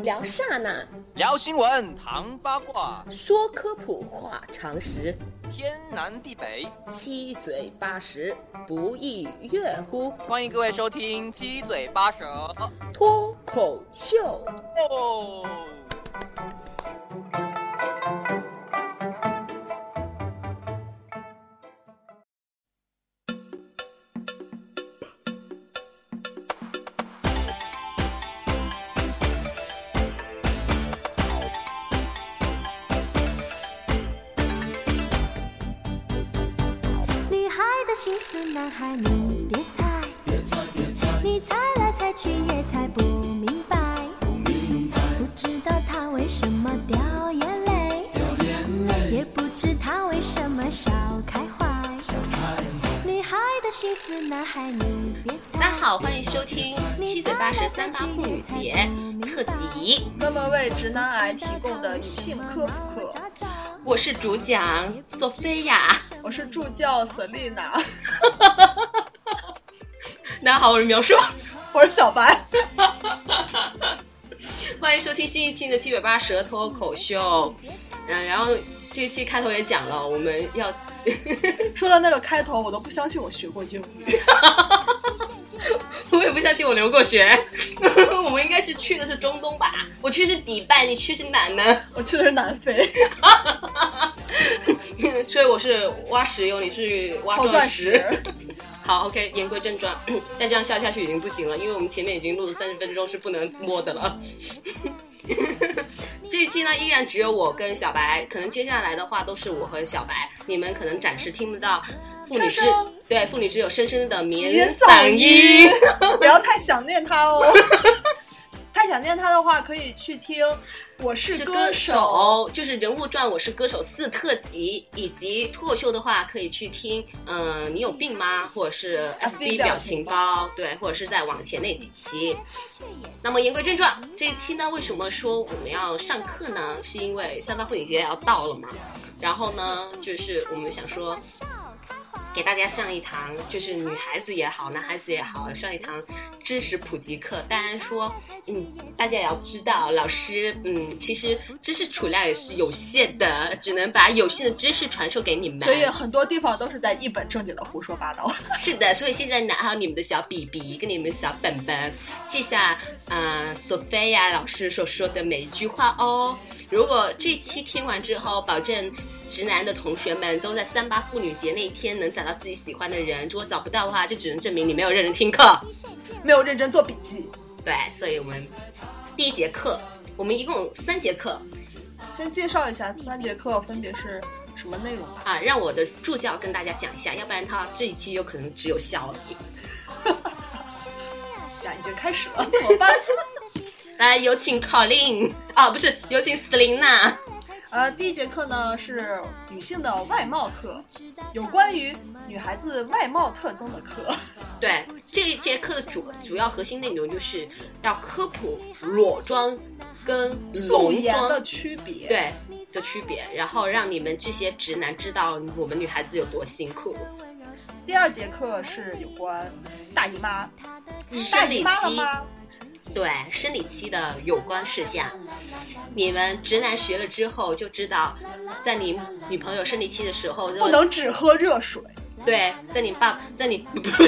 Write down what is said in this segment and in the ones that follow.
聊刹那， 聊新闻，谈八卦， 说科普，话常识， 天南地北， 七嘴八舌，不亦乐乎？ 欢迎各位收听七嘴八舌脱口秀哦。 心思男孩你别猜，你猜来猜去也猜不明白，不知道他为什么掉眼泪，也不知他为什么笑开怀，女孩的心思男孩你别猜。 大家好，欢迎收听七嘴八舌三八妇女节特辑， 专门为直男癌提供的女性科普课。 我是主讲索菲亚， 我是助教 Selina。 大家好，我是苗叔， 我是小白。 欢迎收听新一期的七嘴八舌脱口秀。然后这一期开头也讲了，我们要说到那个开头，我都不相信我学过英语。 我也不相信我留过学。我们应该是去的是中东吧？我去是迪拜，你去是哪呢？ 我去的是南非。 所以我是挖石油，你是挖钻石。好 ，OK， 言归正传。但这样笑下去已经不行了，因为我们前面已经录了30分钟是不能摸的了。这一期呢，依然只有我跟小白，可能接下来的话都是我和小白，你们可能暂时听不到妇女是，对，妇女只有深深的绵嗓音， 不要太想念他哦。太想念他的话，可以去听《我是歌手》， 就是人物传《我是歌手4特辑，以及脱口秀的话，可以去听你有病吗？或者是 FB 表情包，对，或者是再往前那几期。那么言归正传，这一期呢，为什么说我们要上课呢？是因为三八妇女节要到了嘛，然后呢，就是我们想说，给大家上一堂，就是女孩子也好，男孩子也好，上一堂知识普及课。当然说，大家也要知道，老师，其实知识储量也是有限的，只能把有限的知识传授给你们。 所以很多地方都是在一本正经的胡说八道。 是的，所以现在拿好你们的小笔笔跟你们的小本本，记下索菲亚老师所说的每一句话哦。如果这期听完之后，保证直男的同学们都在3·8妇女节那一天能找到自己喜欢的人，如果找不到的话，就只能证明你没有认真听课， 没有认真做笔记。 对，所以我们第一节课，我们一共有3节课。 先介绍一下3节课分别是什么内容吧。 让我的助教跟大家讲一下，要不然他这一期有可能只有笑而已。 呀，已经开始了，怎么办？ 来，有请 Colin 不是，有请 Selina。 第一节课呢是女性的外貌课，有关于女孩子外貌特征的课。 对，这一节课的主要核心内容就是要科普裸妆跟素颜的区别， 对的区别，然后让你们这些直男知道我们女孩子有多辛苦。 第2节课是有关大姨妈， 生理期， 吗？ 对，生理期的有关事项，你们直男学了之后就知道，在你女朋友生理期的时候， 不能只喝热水。 对，在你爸爸，在你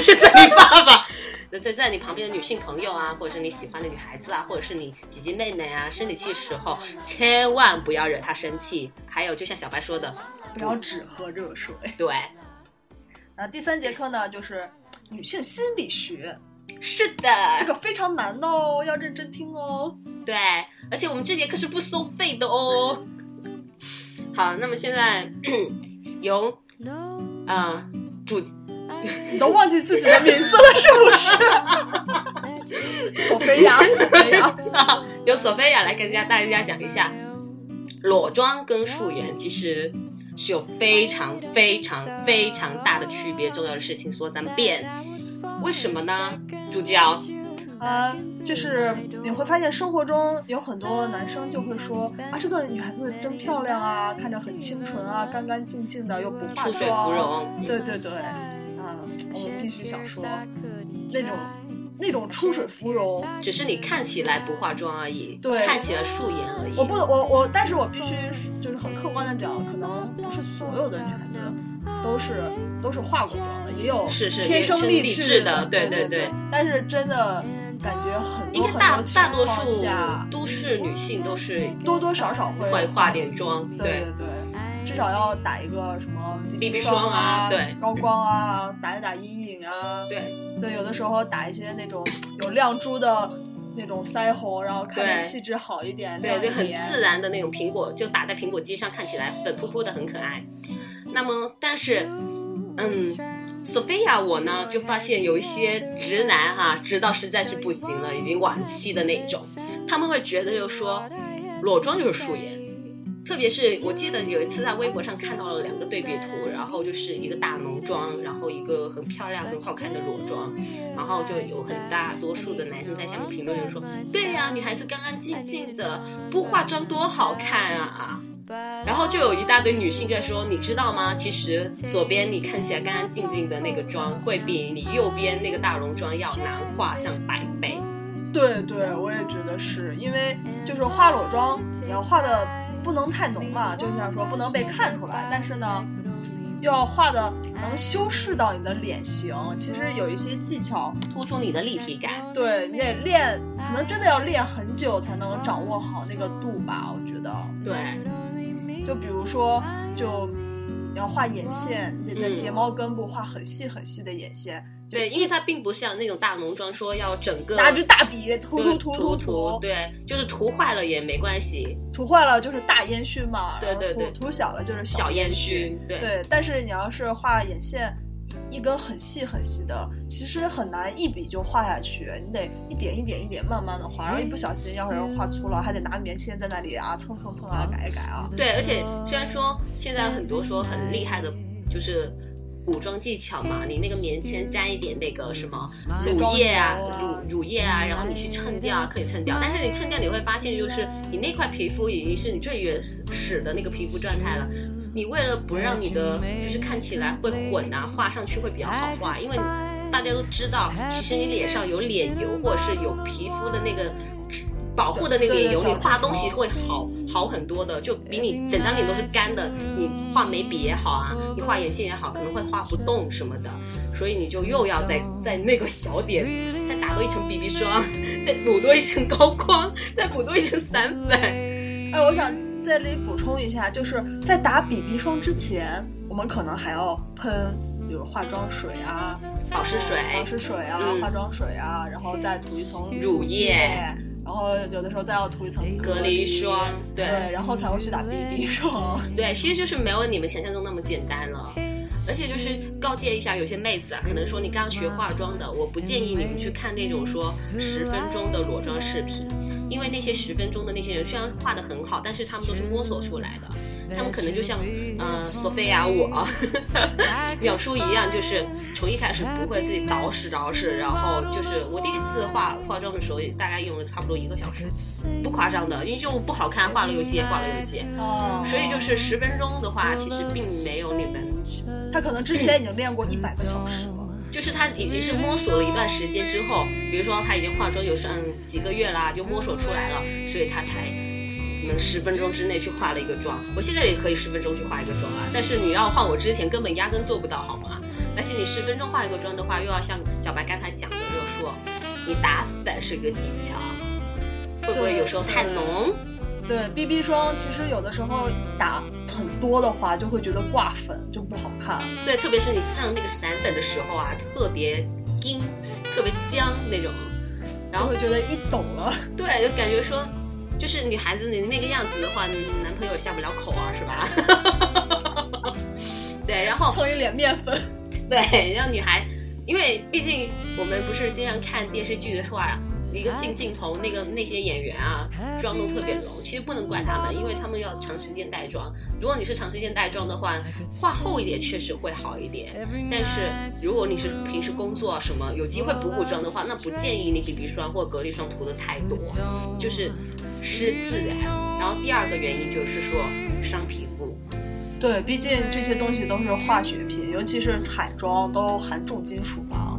旁边的女性朋友啊，或者是你喜欢的女孩子啊，或者是你姐姐妹妹啊，生理期的时候，千万不要惹她生气。还有，就像小白说的， 不要只喝热水。 对。 那第3节课呢，就是女性心理学。 是的， 这个非常难哦，要认真听哦。 对，而且我们这节课是不收费的哦。好，那么现在由你都忘记自己的名字了是不是？索菲亚， 由索菲亚来跟大家讲一下，裸妆跟素颜其实是有非常非常非常大的区别，重要的事情说3遍。为什么呢，助教？ 就是你会发现生活中有很多男生就会说这个女孩子真漂亮啊，看着很清纯啊，干干净净的，又不化妆， 出水芙蓉。 对对对，我们必须想说，那那种出水芙蓉， 只是你看起来不化妆而已， 对， 看起来素颜而已。 但是我必须就是很客观的讲，可能不是所有的女孩子都是化过妆的，也有天生丽质的， 对。 但是真的感觉很多应该大多数都市女性都是多多少少会化点妆， 对，至少要打一个什么 BB 霜啊，对， 高光啊，打一打阴影啊，对，有的时候打一些那种有亮珠的那种腮红，然后看着气质好一点， 对，就很自然的那种苹果，就打在苹果肌上，看起来粉扑扑的，很可爱。那么，但是，Sophia 我呢就发现有一些直男哈，直到实在是不行了，已经晚期的那种，他们会觉得就说裸妆就是素颜。特别是我记得有一次在微博上看到了2个对比图，然后就是一个大浓妆，然后一个很漂亮很好看的裸妆，然后就有很大多数的男生在下面评论就说，对呀，女孩子干干净净的，不化妆多好看啊。然后就有一大堆女性在说，你知道吗，其实左边你看起来干干净净的那个妆会比你右边那个大浓妆要难化上100倍。 对，我也觉得是，因为就是化裸妆你要化的不能太浓嘛，就像说不能被看出来，但是呢又要画的能修饰到你的脸型，其实有一些技巧， 突出你的立体感。 对，你得练，可能真的要练很久才能掌握好那个度吧，我觉得。 对， 就比如说就你要画眼线，你得在睫毛根部画很细很细的眼线。 对，因为它并不像那种大浓妆说要整个拿支大笔涂， 对，就是涂坏了也没关系， 涂坏了就是大烟熏嘛， 对， 涂小了就是小烟熏， 对。但是你要是画眼线，一根很细很细的，其实很难一笔就画下去，你得一点一点一点慢慢的画，然后一不小心要是画粗了，还得拿棉签在那里啊蹭啊改一改啊。 对，而且虽然说现在很多说很厉害的，就是补妆技巧嘛，你那个棉签沾一点那个什么乳液啊，乳液啊，然后你去蹭掉，可以蹭掉。但是你蹭掉，你会发现就是你那块皮肤已经是你最原始的那个皮肤状态了。你为了不让你的就是看起来会混啊，画上去会比较好画，因为大家都知道，其实你脸上有脸油或者是有皮肤的那个保护的那个脸油，你画东西会好很多的，就比你整张脸都是干的，你画眉笔也好啊，你画眼线也好，可能会画不动什么的，所以你就又要在那个小点再打多一层 BB 霜，再补多一层高光，再补多一层散粉。 我想在这里补充一下，就是在打 BB 霜之前，我们可能还要喷比如化妆水啊、 保湿水啊、化妆水啊，然后再涂一层乳液， 然后有的时候再要涂一层隔离霜， 对，然后才会去打 BB 霜。 对，其实就是没有你们想象中那么简单了。而且就是告诫一下有些妹子啊，可能说你刚学化妆的，我不建议你们去看那种说10分钟的裸妆视频，因为那些10分钟的那些人虽然画得很好，但是他们都是摸索出来的，他们可能就像Sophia 我淼叔一样，就是从一开始不会自己捯饬，然后就是我第一次化妆的时候大概用了差不多1个小时，不夸张的，因为就不好看，画了有些，所以就是10分钟的话其实并没有你们， 他可能之前已经练过100个小时了。 就是他已经是摸索了一段时间之后，比如说他已经化妆有几个月啦，就摸索出来了，所以他才能10分钟之内去化了一个妆。我现在也可以10分钟去化一个妆啊，但是你要换我之前根本压根做不到，好吗？而且你10分钟化一个妆的话，又要像小白刚才讲的，就是说你打粉是一个技巧，会不会有时候太浓？ 对 BB 霜其实有的时候打很多的话就会觉得挂粉，就不好看。 对，特别是你上那个散粉的时候啊，特别硬，特别僵那种，然后会觉得一抖了。 对，就感觉说就是女孩子你那个样子的话，你男朋友下不了口啊，是吧？对，然后蹭一脸面粉。 对，然后女孩，因为毕竟我们不是经常看电视剧的话，一个镜头那些演员啊，妆都特别浓，其实不能怪他们，因为他们要长时间带妆。如果你是长时间带妆的话，画厚一点确实会好一点，但是如果你是平时工作什么有机会补妆的话，那不建议你 BB 霜或隔离霜涂的太多，就是失自然。然后第二个原因就是说伤皮肤。对， 毕竟这些东西都是化学品，尤其是彩妆都含重金属嘛，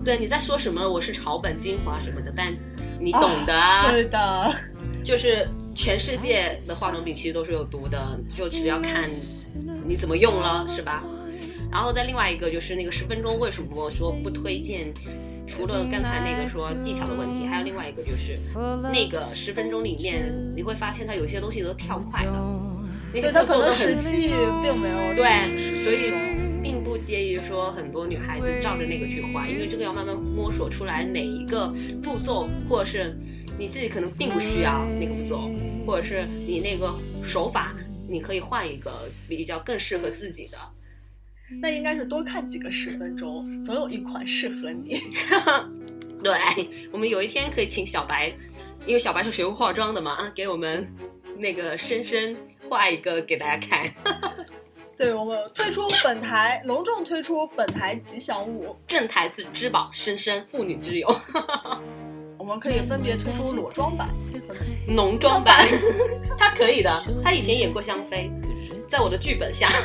对，你在说什么我是草本精华什么的，但你懂的啊。 对的， 就是全世界的化妆品其实都是有毒的，就只要看你怎么用了，是吧？然后再另外一个就是那个10分钟为什么说不推荐，除了刚才那个说技巧的问题，还有另外一个就是那个10分钟里面你会发现它有些东西都跳快的，那些对，它可能都做得很实际并没有对，所以并不介意说很多女孩子照着那个去画，因为这个要慢慢摸索出来哪一个步骤，或者是你自己可能并不需要那个步骤，或者是你那个手法你可以换一个比较更适合自己的。 那应该是多看几个10分钟，总有一款适合你。 对，我们有一天可以请小白，因为小白是学过化妆的嘛，给我们那个深深画一个给大家看。 对，我们隆重推出本台吉祥物， 正台之宝，深深妇女之友。 我们可以分别推出裸妆版、 浓妆版。他可以的，他以前演过香妃，在我的剧本下。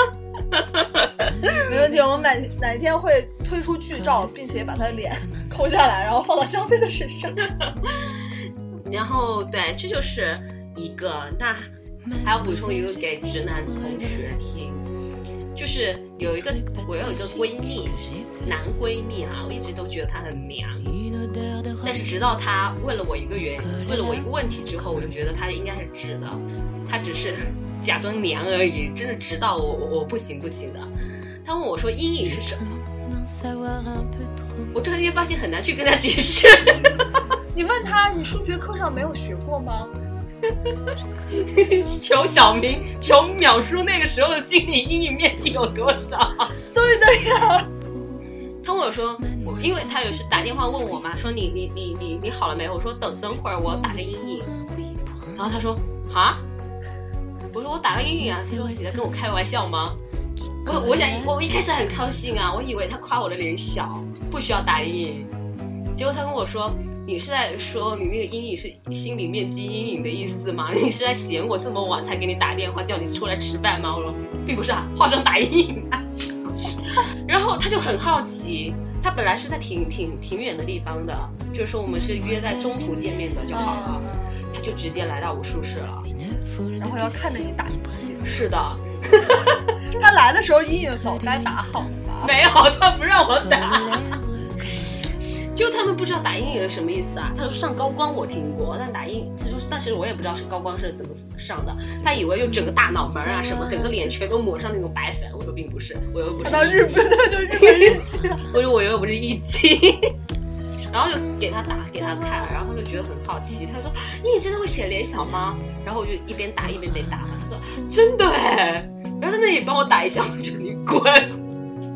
没问题，我们哪一天会推出剧照，并且把他的脸抠下来，然后放到香妃的身上。 然后对，这就是一个。那还要补充一个给直男同学听，就是我有一个闺蜜，男闺蜜哈，我一直都觉得他很娘，但是直到他问了我一个问题之后，我就觉得他应该是直的，他只是假装娘而已，真的直到我不行的。他问我说阴影是什么，我突然间发现很难去跟他解释。 你问他，你数学课上没有学过吗？ 求小明，求秒叔那个时候的心理阴影面积有多少？ 对的呀。 他问我说，因为他有时打电话问我嘛，说你好了没有？我说等会儿我打个阴影。然后他说哈，我说我打个阴影啊。他说你在跟我开玩笑吗？我一开始很高兴啊，我以为他夸我的脸小，不需要打阴影。结果他跟我说，你是在说你那个阴影是心理面积阴影的意思吗？你是在嫌我这么晚才给你打电话叫你出来吃饭吗？我说并不是啊，化妆打阴影啊。然后他就很好奇，他本来是在挺远的地方的，就是说我们是约在中途见面的就好了，他就直接来到我宿舍了， 然后要看着你打阴影。 是的。 他来的时候阴影早该打好了。 没有，他不让我打。就他们不知道打阴影是什么意思啊？他说上高光我听过，但打阴，他说但是我也不知道是高光是怎么上的。他以为就整个大脑门啊什么，整个脸全都抹上那种白粉。我说并不是，我又不是。 到日本的就日本日记。 我说我又不是艺伎。然后就给他打给他看，然后他就觉得很好奇，他说阴影真的会显脸小吗？然后我就一边打一边被打嘛。他说真的哎，然后在那里帮我打一下，我说你滚。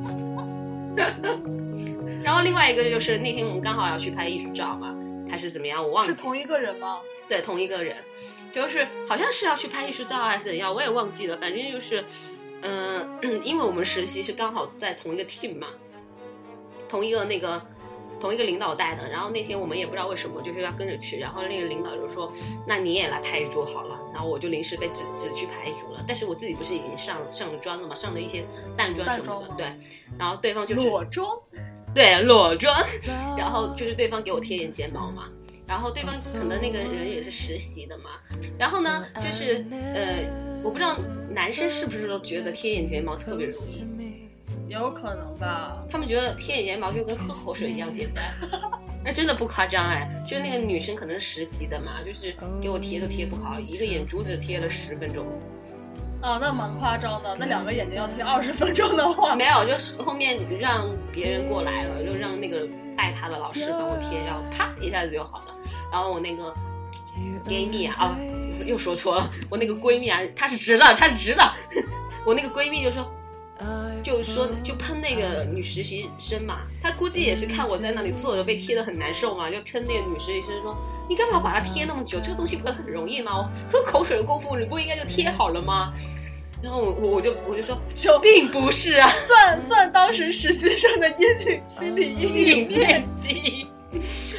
然后另外一个就是那天我们刚好要去拍艺术照嘛，还是怎么样，我忘记。 是同一个人吗？ 对，同一个人，就是好像是要去拍艺术照还是怎样，我也忘记了。反正就是，因为我们实习是刚好在同一个 team 嘛，同一个领导带的。然后那天我们也不知道为什么就是要跟着去，然后那个领导就说，那你也来拍一组好了。然后我就临时被指去拍一组了，但是我自己不是已经上了妆了嘛，上了一些淡妆什么的，对。然后对方就裸妆。 对，裸妆。然后就是对方给我贴眼睫毛嘛，然后对方可能那个人也是实习的嘛。然后呢，就是我不知道男生是不是都觉得贴眼睫毛特别容易， 有可能吧。 他们觉得贴眼睫毛就跟喝口水一样简单。那真的不夸张哎，就是那个女生可能是实习的嘛，就是给我贴都贴不好，一个眼珠子贴了10分钟。 哦，那蛮夸张的。那2个眼睛要贴20分钟的话， 没有，就是后面让别人过来了，就让那个带他的老师帮我贴，然后啪一下子就好了。然后我那个 gay 蜜啊，又说错了，我那个闺蜜啊，她是直的。我那个闺蜜就说就喷那个女实习生嘛，她估计也是看我在那里坐着被贴得很难受嘛，就喷那个女实习生说，你干嘛把它贴那么久？这个东西不是很容易吗？我喝口水的功夫你不应该就贴好了吗？然后我就说并不是啊， 算当时实习生的心理阴影面积。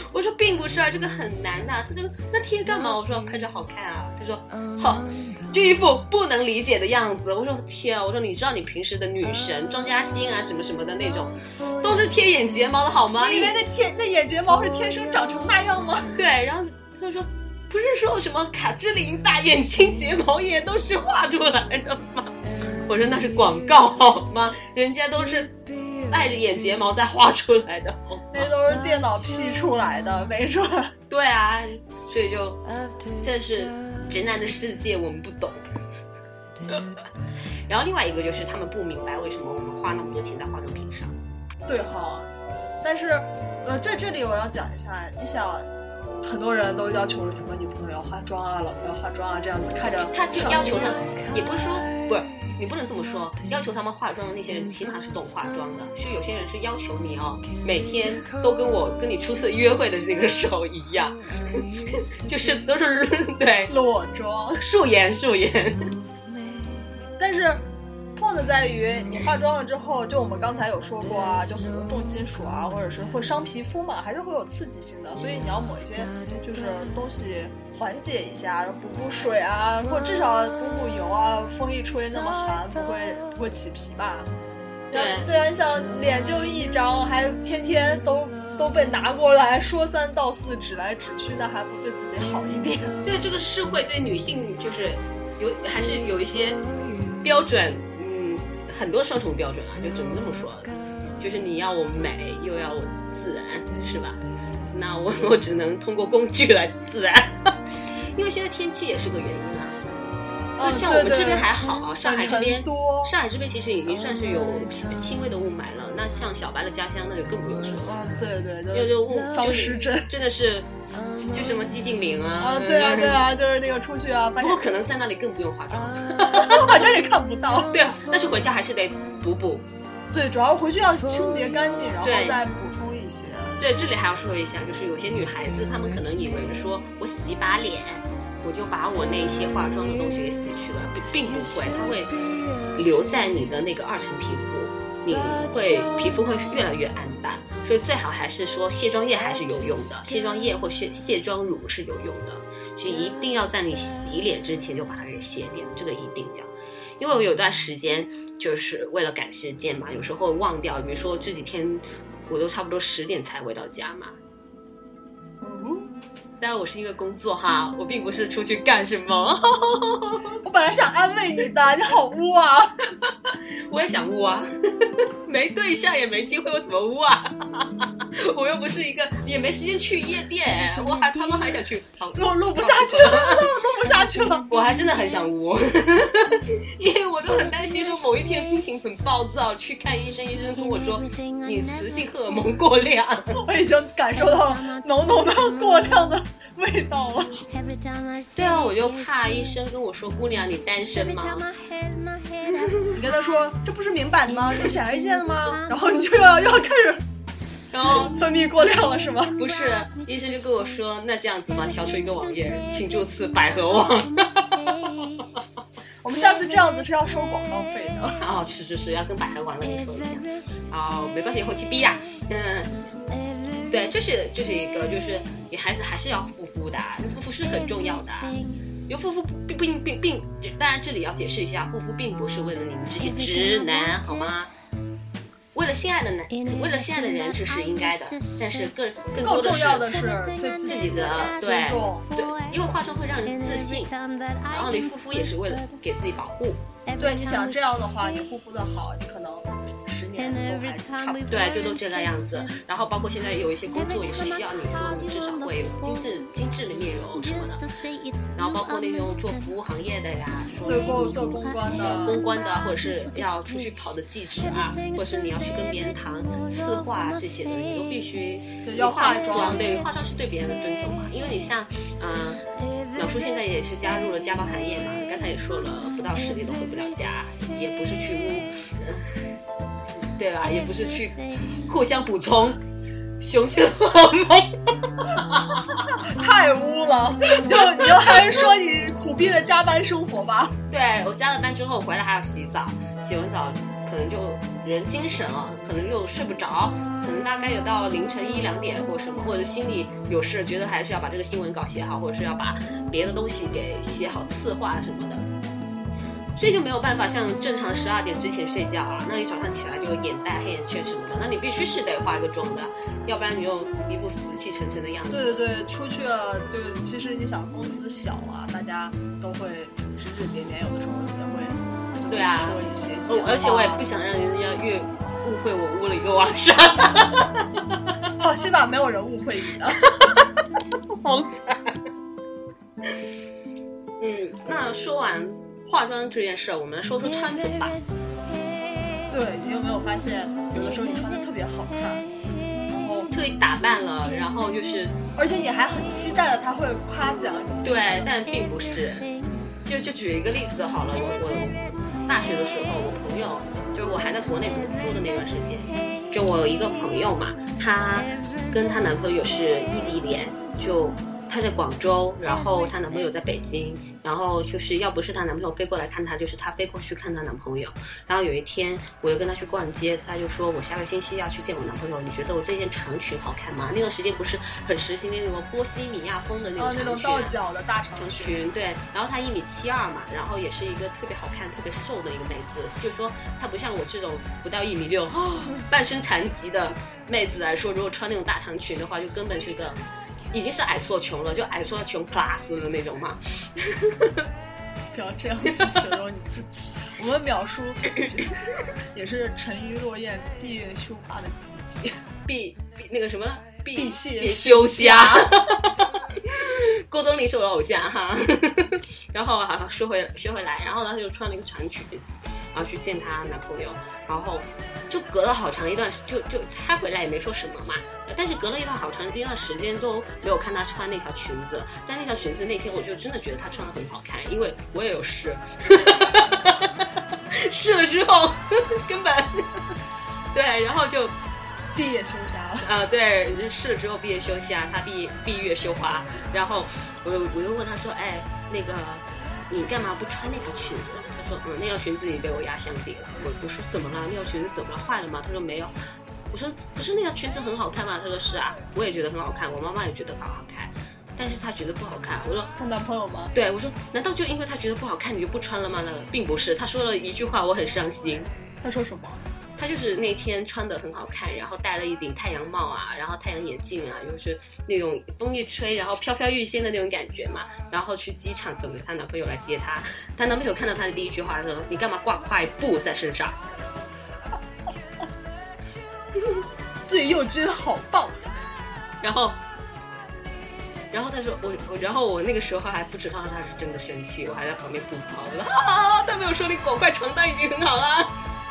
我说并不是啊，这个很难的。他说那贴干嘛？我说拍照好看啊。他说好，就一副不能理解的样子。我说天啊，我说你知道你平时的女神庄嘉欣啊什么什么的那种，都是贴眼睫毛的好吗？ 你以为那眼睫毛是天生长成那样吗？ 对，然后他就说不是说什么卡姿琳大眼睛睫毛液都是画出来的吗？我说那是广告好吗？人家都是带着眼睫毛再画出来的， 那都是电脑 P 出来的，没准。 对啊，所以就这是直男的世界，我们不懂。然后另外一个就是他们不明白为什么我们花那么多钱在化妆品上。 对哈，但是这里我要讲一下，你想。很多人都要求什么女朋友要化妆啊，老婆要化妆啊，这样子看着他就要求他们，也不是说不是，你不能这么说，要求他们化妆的那些人起码是懂化妆的，是有些人是要求你每天都跟你初次约会的那个时候一样，就是都是对裸妆素颜。 但是point在于你化妆了之后，就我们刚才有说过啊，就很多重金属啊，或者是会伤皮肤嘛，还是会有刺激性的，所以你要抹一些就是东西缓解一下，补水啊，或至少补油啊，风一吹那么寒不会起皮吧？对啊，你想脸就一张，还天天都被拿过来说三道四，指来指去，那还不对自己好一点？ 对，这个社会对女性就是还是有一些标准。很多双重标准啊，就只能这么说，就是你要我美又要我自然，是吧？那我只能通过工具来自然，因为现在天气也是个原因啊。像我们这边还好啊，上海这边其实已经算是有轻微的雾霾了。那像小白的家乡，那就更不用说了。对，就雾丧尸镇， 真的是就什么寂静岭啊。 对啊，就是那个出去啊。 不过可能在那里更不用化妆， 反正也看不到。 对，但是回家还是得补。 对，主要回去要清洁干净，然后再补充一些。 对，这里还要说一下，就是有些女孩子她们可能以为是说我洗一把脸，我就把我那些化妆的东西给洗去了，并不会，它会留在你的那个2层皮肤，你皮肤会越来越暗淡，所以最好还是说卸妆液还是有用的，卸妆液或卸妆乳是有用的，所以一定要在你洗脸之前就把它给卸掉，这个一定要。因为我有段时间就是为了赶时间嘛，有时候忘掉，比如说这几天我都差不多10点才回到家嘛。当然我是一个工作哈，我并不是出去干什么。 我本来想安慰你的，你好污啊！ 我也想污啊，没对象也没机会，我怎么污啊？我又不是一个，也没时间去夜店，他们还想去， 录不下去了，录不下去了。 我还真的很想污，因为我就很担心说某一天心情很暴躁，去看医生，医生跟我说你雌性荷尔蒙过量。 我已经感受到浓浓的过量的味道了。 对啊，我就怕医生跟我说姑娘你单身吗？ 你跟他说这不是明摆的吗？有显而易见的吗？然后你就要开始，然后分泌过量了是吗？ 不是，医生就跟我说那这样子吧，调出一个网页，请注册百合网。 我们下次这样子是要收广告费的。 哦，是要跟百合网那里说一下。哦，没关系，后期逼呀。对，这是一个，就是女孩子还是要护肤的，护肤是很重要的。因为护肤并，当然这里要解释一下，护肤并不是为了你们这些直男，好吗？为了心爱的人这是应该的，但是更多的是重要的是对自己的尊重。 对，因为化妆会让人自信，然后你护肤也是为了给自己保护。 对，你想这样的话，你护肤的好，你可能10年都还差不多。 对，就都这个样子。然后包括现在有一些工作也是需要你说你至少会精致的面容什么的。然后包括那种做服务行业的呀， 对，做公关的， 或者是要出去跑的记者啊，或者是你要去跟别人谈策划这些的，你都必须要化妆。 对，化妆是对别人的尊重嘛。因为你像老叔现在也是加入了家暴行业嘛，刚才也说了，不到10点都回不了家，也不是去对吧？也不是去互相补充雄性荷尔蒙。 太污了！你就还是说你苦逼的加班生活吧。 对，我加了班之后回来还要洗澡，洗完澡可能就人精神了，可能就睡不着，可能大概有到凌晨1、2点或者什么，或者心里有事，觉得还是要把这个新闻稿写好，或者是要把别的东西给写好，策划什么的。所以就没有办法像正常12点之前睡觉啊，那你早上起来就眼袋、黑眼圈什么的，那你必须是得化一个妆的，要不然你就一副死气沉沉的样子。 对对对，出去了，对，其实你想公司小啊，大家都会指指点点，有的时候也会对啊说一些而且我也不想让人家越误会我污了一个晚上。 放心吧，没有人误会你的。 好惨。那说完化妆这件事，我们来说说穿着吧。 对，你有没有发现，有的时候你穿的特别好看，然后特意打扮了，然后就是， 而且你还很期待的他会夸奖你。 对，但并不是。就举一个例子好了，我大学的时候，我朋友就是我还在国内读书的那段时间，就我有一个朋友嘛，她跟她男朋友是异地恋，就她在广州，然后她男朋友在北京，然后就是要不是她男朋友飞过来看她，就是她飞过去看她男朋友。然后有一天我又跟她去逛街，她就说我下个星期要去见我男朋友，你觉得我这件长裙好看吗？那段时间不是很时行那种波西米亚风的那种长裙， 那种到脚的大长裙，对。然后她1.72米嘛，然后也是一个特别好看、特别瘦的一个妹子，就说她不像我这种不到1.6米、半身残疾的妹子来说，如果穿那种大长裙的话，就根本是个。已经是矮矬穷了，就矮矬穷 plus 的那种嘛。 不要这样子形容你自己。我们淼叔也是沉鱼落雁、闭月羞花的级别。 那个什么闭蟹羞虾。郭冬临是我的偶像哈。然后好说回来，然后呢，她就穿了一个长裙，然后去见她男朋友，然后就隔了好长一段，就她回来也没说什么嘛，但是隔了好长一段时间都没有看她穿那条裙子，但那条裙子那天我就真的觉得她穿得很好看，因为我也有试，试了之后根本对，然后就闭月羞虾了对，试了之后闭月羞虾，她闭月羞花，然后我就问她说，哎，那个你干嘛不穿那条裙子？她说那条裙子已经被我压箱底了。我说怎么了？那条裙子怎么了？坏了吗？她说没有。我说不是那条裙子很好看吗？她说是啊，我也觉得很好看，我妈妈也觉得很好看，但是她觉得不好看。我说她男朋友吗？ 对，我说难道就因为她觉得不好看你就不穿了吗？那个并不是，她说了一句话我很伤心。 她说什么？ 她就是那天穿得很好看，然后戴了一顶太阳帽啊，然后太阳眼镜啊，就是那种风一吹然后飘飘欲仙的那种感觉嘛，然后去机场等着她男朋友来接她。她男朋友看到她的第一句话说，你干嘛挂块布在身上？ 自己又觉得好棒。 然后他说然后我那个时候还不知道他是真的生气，我还在旁边吐槽了他没有说你裹块床单已经很好了。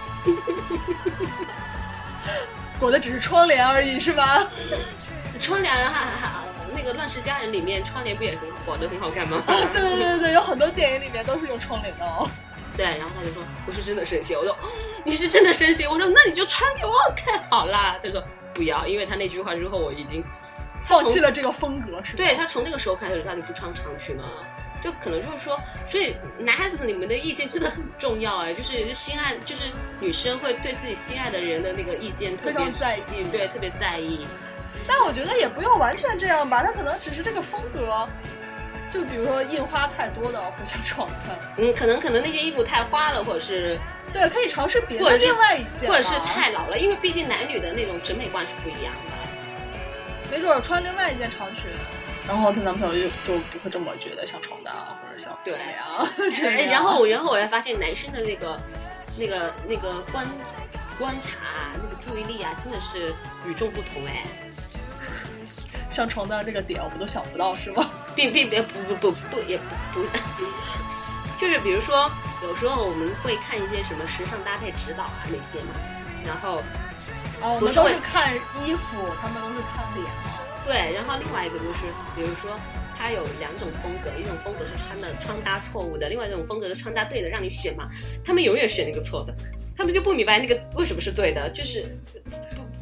裹的只是窗帘而已是吧？ 窗帘那个《乱世佳人》里面窗帘不也裹得很好看吗？ 对，有很多电影里面都是用窗帘的哦。 对，然后他就说我是真的生气，我说你是真的生气，我说那你就穿给我看好啦。他说不要，因为他那句话之后我已经放弃了这个风格是吧？ 对，他从那个时候开始他就不穿长裙了，就可能就是说，所以男孩子你们的意见真的很重要哎，就是心爱，就是女生会对自己心爱的人的那个意见特别非常在意， 对，特别在意。 但我觉得也不用完全这样吧，他可能只是这个风格。就比如说印花太多的会像床单， 可能那件衣服太花了，或者是对，可以尝试别的另外一件， 或者是太老了，因为毕竟男女的那种审美观是不一样的。 没准穿另外一件长裙，然后她男朋友就不会这么觉得像床单啊，或者像对啊。 然后我还发现男生的那个观察那个注意力啊，真的是与众不同哎。 像床单这个点我们都想不到是吗？ 不也不就是比如说有时候我们会看一些什么时尚搭配指导啊那些嘛，然后我们都是看衣服，他们都是看脸嘛。 对，然后另外一个就是比如说它有2种风格，一种风格是穿搭错误的，另外一种风格是穿搭对的，让你选嘛，他们永远选那个错的，他们就不明白那个为什么是对的，就是不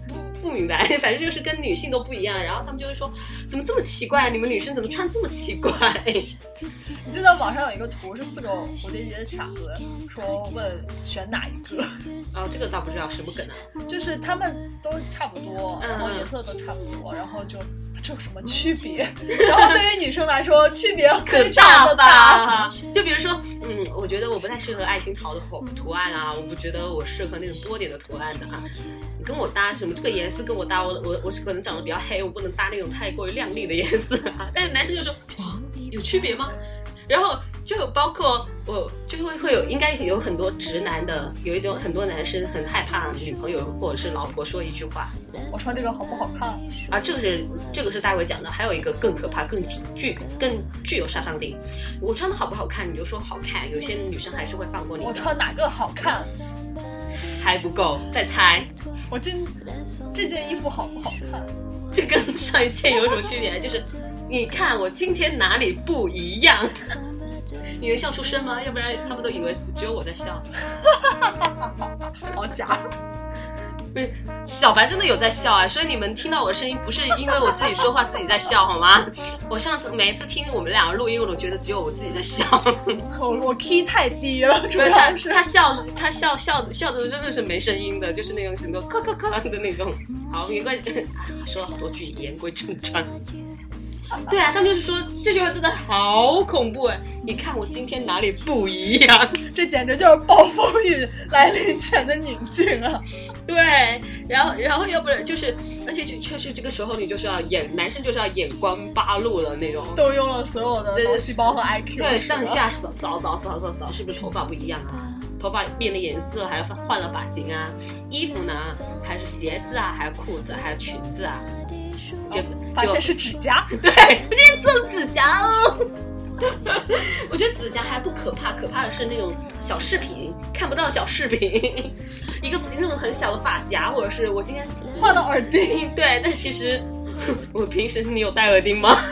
不明白，反正就是跟女性都不一样。然后他们就会说，怎么这么奇怪？你们女生怎么穿这么奇怪？ 你记得网上有一个图是4个蝴蝶结的卡子，说问选哪一个？ 哦，这个倒不知道什么梗啊。 就是他们都差不多，然后颜色都差不多，然后就这有什么区别？然后对于女生来说，区别可大吧？就比如说，我觉得我不太适合爱心桃的图案啊，我不觉得我适合那种多点的图案的啊。你跟我搭什么？这个颜色跟我搭，我可能长得比较黑，我不能搭那种太过于亮丽的颜色啊。但是男生就说，哇，有区别吗？然后就包括我就会有，应该有很多直男的，有一种很多男生很害怕女朋友或者是老婆说一句话， 我穿这个好不好看啊？这个是大伟讲的，还有一个更可怕、更具有杀伤力。我穿的好不好看，你就说好看，有些女生还是会放过你的。 我穿哪个好看？ 还不够，再猜。 我这件衣服好不好看？ 这跟上一件有什么区别？就是你看我今天哪里不一样？你能笑出声吗？要不然他们都以为只有我在笑。 好假！ 小白真的有在笑啊，所以你们听到我的声音不是因为我自己说话自己在笑好吗？我上次每一次听我们两个录音，我都觉得只有我自己在笑。 我 key 太低了，主要是他笑的真的是没声音的，就是那种很多咔咔咔的那种。好，没关系，说了好多句，言归正传。对啊，他们就是说这句话真的好恐怖哎！你看我今天哪里不一样？ 这简直就是暴风雨来临前的宁静啊！ 对，然后要不然就是，而且确实这个时候你就是要男生就是要眼观八路的那种， 动用了所有的脑细胞和 IQ， 对，上下扫，是不是头发不一样啊？头发变了颜色，还换了发型啊？衣服呢？还是鞋子啊？还有裤子，还有裙子啊？ 发现是指甲， 对，我今天做指甲哦。我觉得指甲还不可怕，可怕的是那种小饰品，看不到小饰品，一个那种很小的发夹，或者是我今天换了耳钉， 对，但其实我平时你有戴耳钉吗？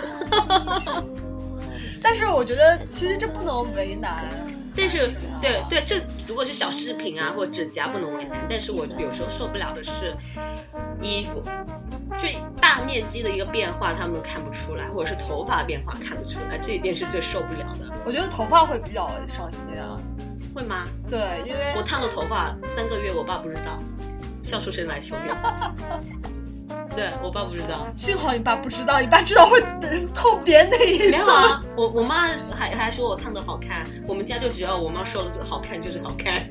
但是我觉得其实这不能为难。 但是对，这如果是小饰品啊或者指甲不能为难，但是我有时候受不了的是衣服，就大面积的一个变化他们看不出来，或者是头发变化看不出来，这一点是最受不了的。 我觉得头发会比较伤心啊。 会吗？ 对，因为我烫了头发3个月，我爸不知道，笑出声来求命。对，我爸不知道， 幸好你爸不知道，你爸知道会偷别那一没有啊，我妈还说我烫的好看，我们家就只要我妈说的是好看就是好看，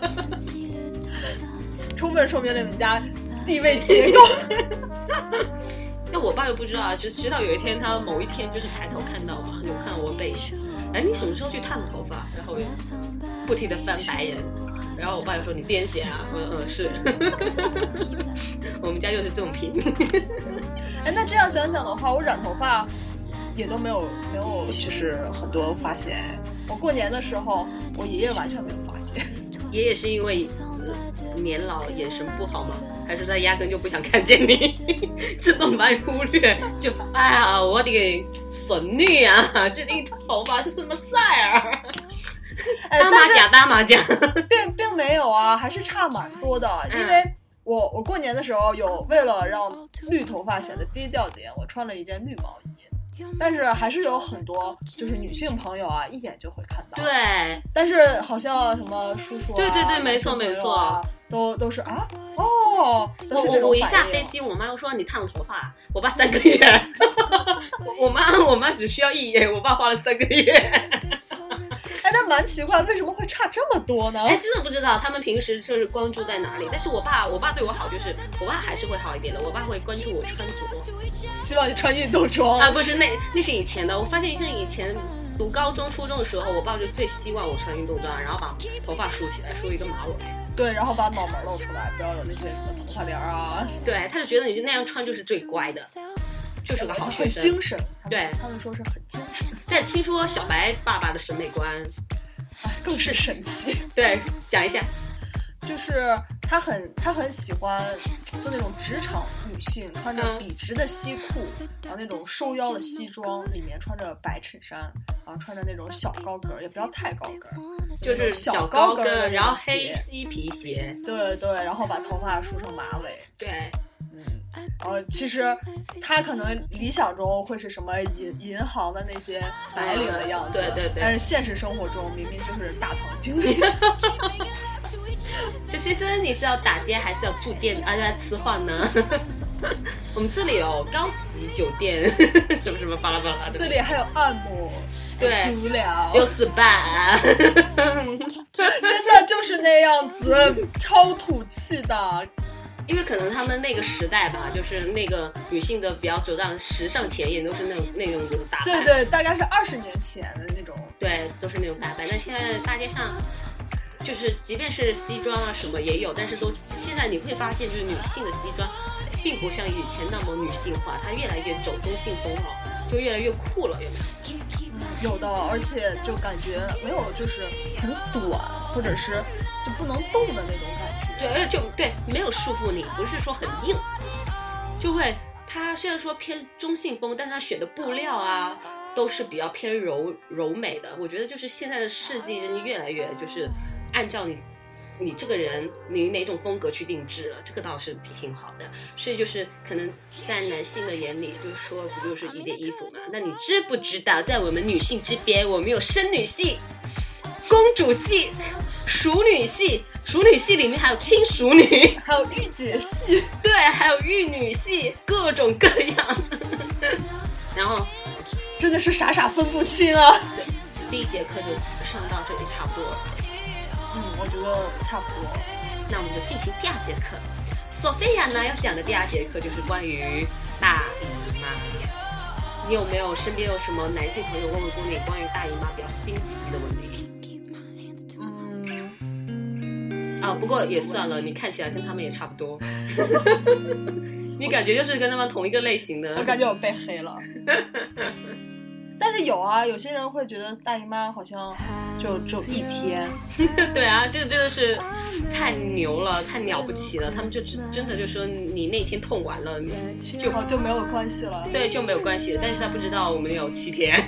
充分说明了你们家地位结构。 那我爸又不知道啊，直到有一天他某一天就是抬头看到嘛，有看到我背影，哎，你什么时候去烫的头发？然后不停的翻白眼。然后我爸就说你癫痫啊，我说是，我们家就是这种平。 哎，那这样想想的话，我染头发也都没有就是很多发现。我过年的时候，我爷爷完全没有发现。 爷爷是因为年老眼神不好吗？还是他压根就不想看见你，自动把你忽略？就哎呀，我的个孙女啊，这顶头发是这么晒啊！搭马甲， 并没有啊，还是差蛮多的。因为我过年的时候有为了让绿头发显得低调点，我穿了一件绿毛衣，但是还是有很多就是女性朋友啊，一眼就会看到。 对， 但是好像什么叔叔啊， 对，没错， 都是啊，哦， 我一下飞机，我妈又说你烫了头发，我爸3个月，我妈只需要1眼，我爸花了3个月。 哎，那蛮奇怪，为什么会差这么多呢？ 哎，真的不知道他们平时就是关注在哪里。但是我爸对我好，就是我爸还是会好一点的。我爸会关注我穿着， 希望你穿运动装啊，不是那是以前的。我发现以前读高中、初中的时候，我爸就最希望我穿运动装，然后把头发梳起来，梳一个马尾。 对，然后把脑门露出来，不要有那些什么头发帘啊。 对，他就觉得你那样穿就是最乖的。就是个好学生， 很精神。 对， 他们说是很精神。 但听说小白爸爸的审美观， 更是神奇。 对，讲一下， 就是他很喜欢，就那种职场女性穿着笔直的西裤，然后那种收腰的西装，里面穿着白衬衫，然后穿着那种小高跟，也不要太高跟， 就是小高跟， 然后黑漆皮鞋， 对，然后把头发梳成马尾， 对。 其实他可能理想中会是什么银行的那些白领的样子， 对对对， 但是现实生活中明明就是大堂经理。 就先生，你是要打街还是要住店要吃饭呢？我们这里有高级酒店，什么什么巴拉巴拉的， 这里还有按摩， 对， 足疗， 有 SPA， 真的就是那样子，超土气的。 因为可能他们那个时代吧，就是那个女性的比较走上时尚前沿，都是那种打扮。 对对，大概是20年前的那种。 对，都是那种打扮。但现在大街上，就是即便是西装啊什么也有，但是现在你会发现，就是女性的西装，并不像以前那么女性化，它越来越走中性风了，就越来越酷了，有没有？ 有的，而且就感觉没有就是很短，或者是就不能动的那种感觉。 对，对，没有束缚你，不是说很硬，就会它虽然说偏中性风，但它选的布料啊都是比较偏柔美的。我觉得就是现在的世纪人越来越就是按照你这个人你哪种风格去定制了，这个倒是挺好的。所以就是可能在男性的眼里，就是说不就是一件衣服嘛？那你知不知道，在我们女性这边，我们有生女系、公主系、熟女系，熟女系里面还有亲熟女， 还有御姐系， 对，还有御女系，各种各样。然后真的是傻分不清啊。 对，第一节课就上到这里差不多了。 我觉得差不多。 那我们就进行第二节课。索菲亚呢要讲的第二节课就是关于大姨妈。你有没有身边有什么男性朋友问过你关于大姨妈比较新奇的问题？不过也算了，你看起来跟他们也差不多。你感觉就是跟他们同一个类型的。 我感觉我被黑了。但是有些人会觉得大姨妈好像就只有1天。 对啊，这个真的是太牛了，太了不起了。他们就真的就说你那天痛完了就没有关系了。 对，就没有关系了。但是他不知道我们有7天。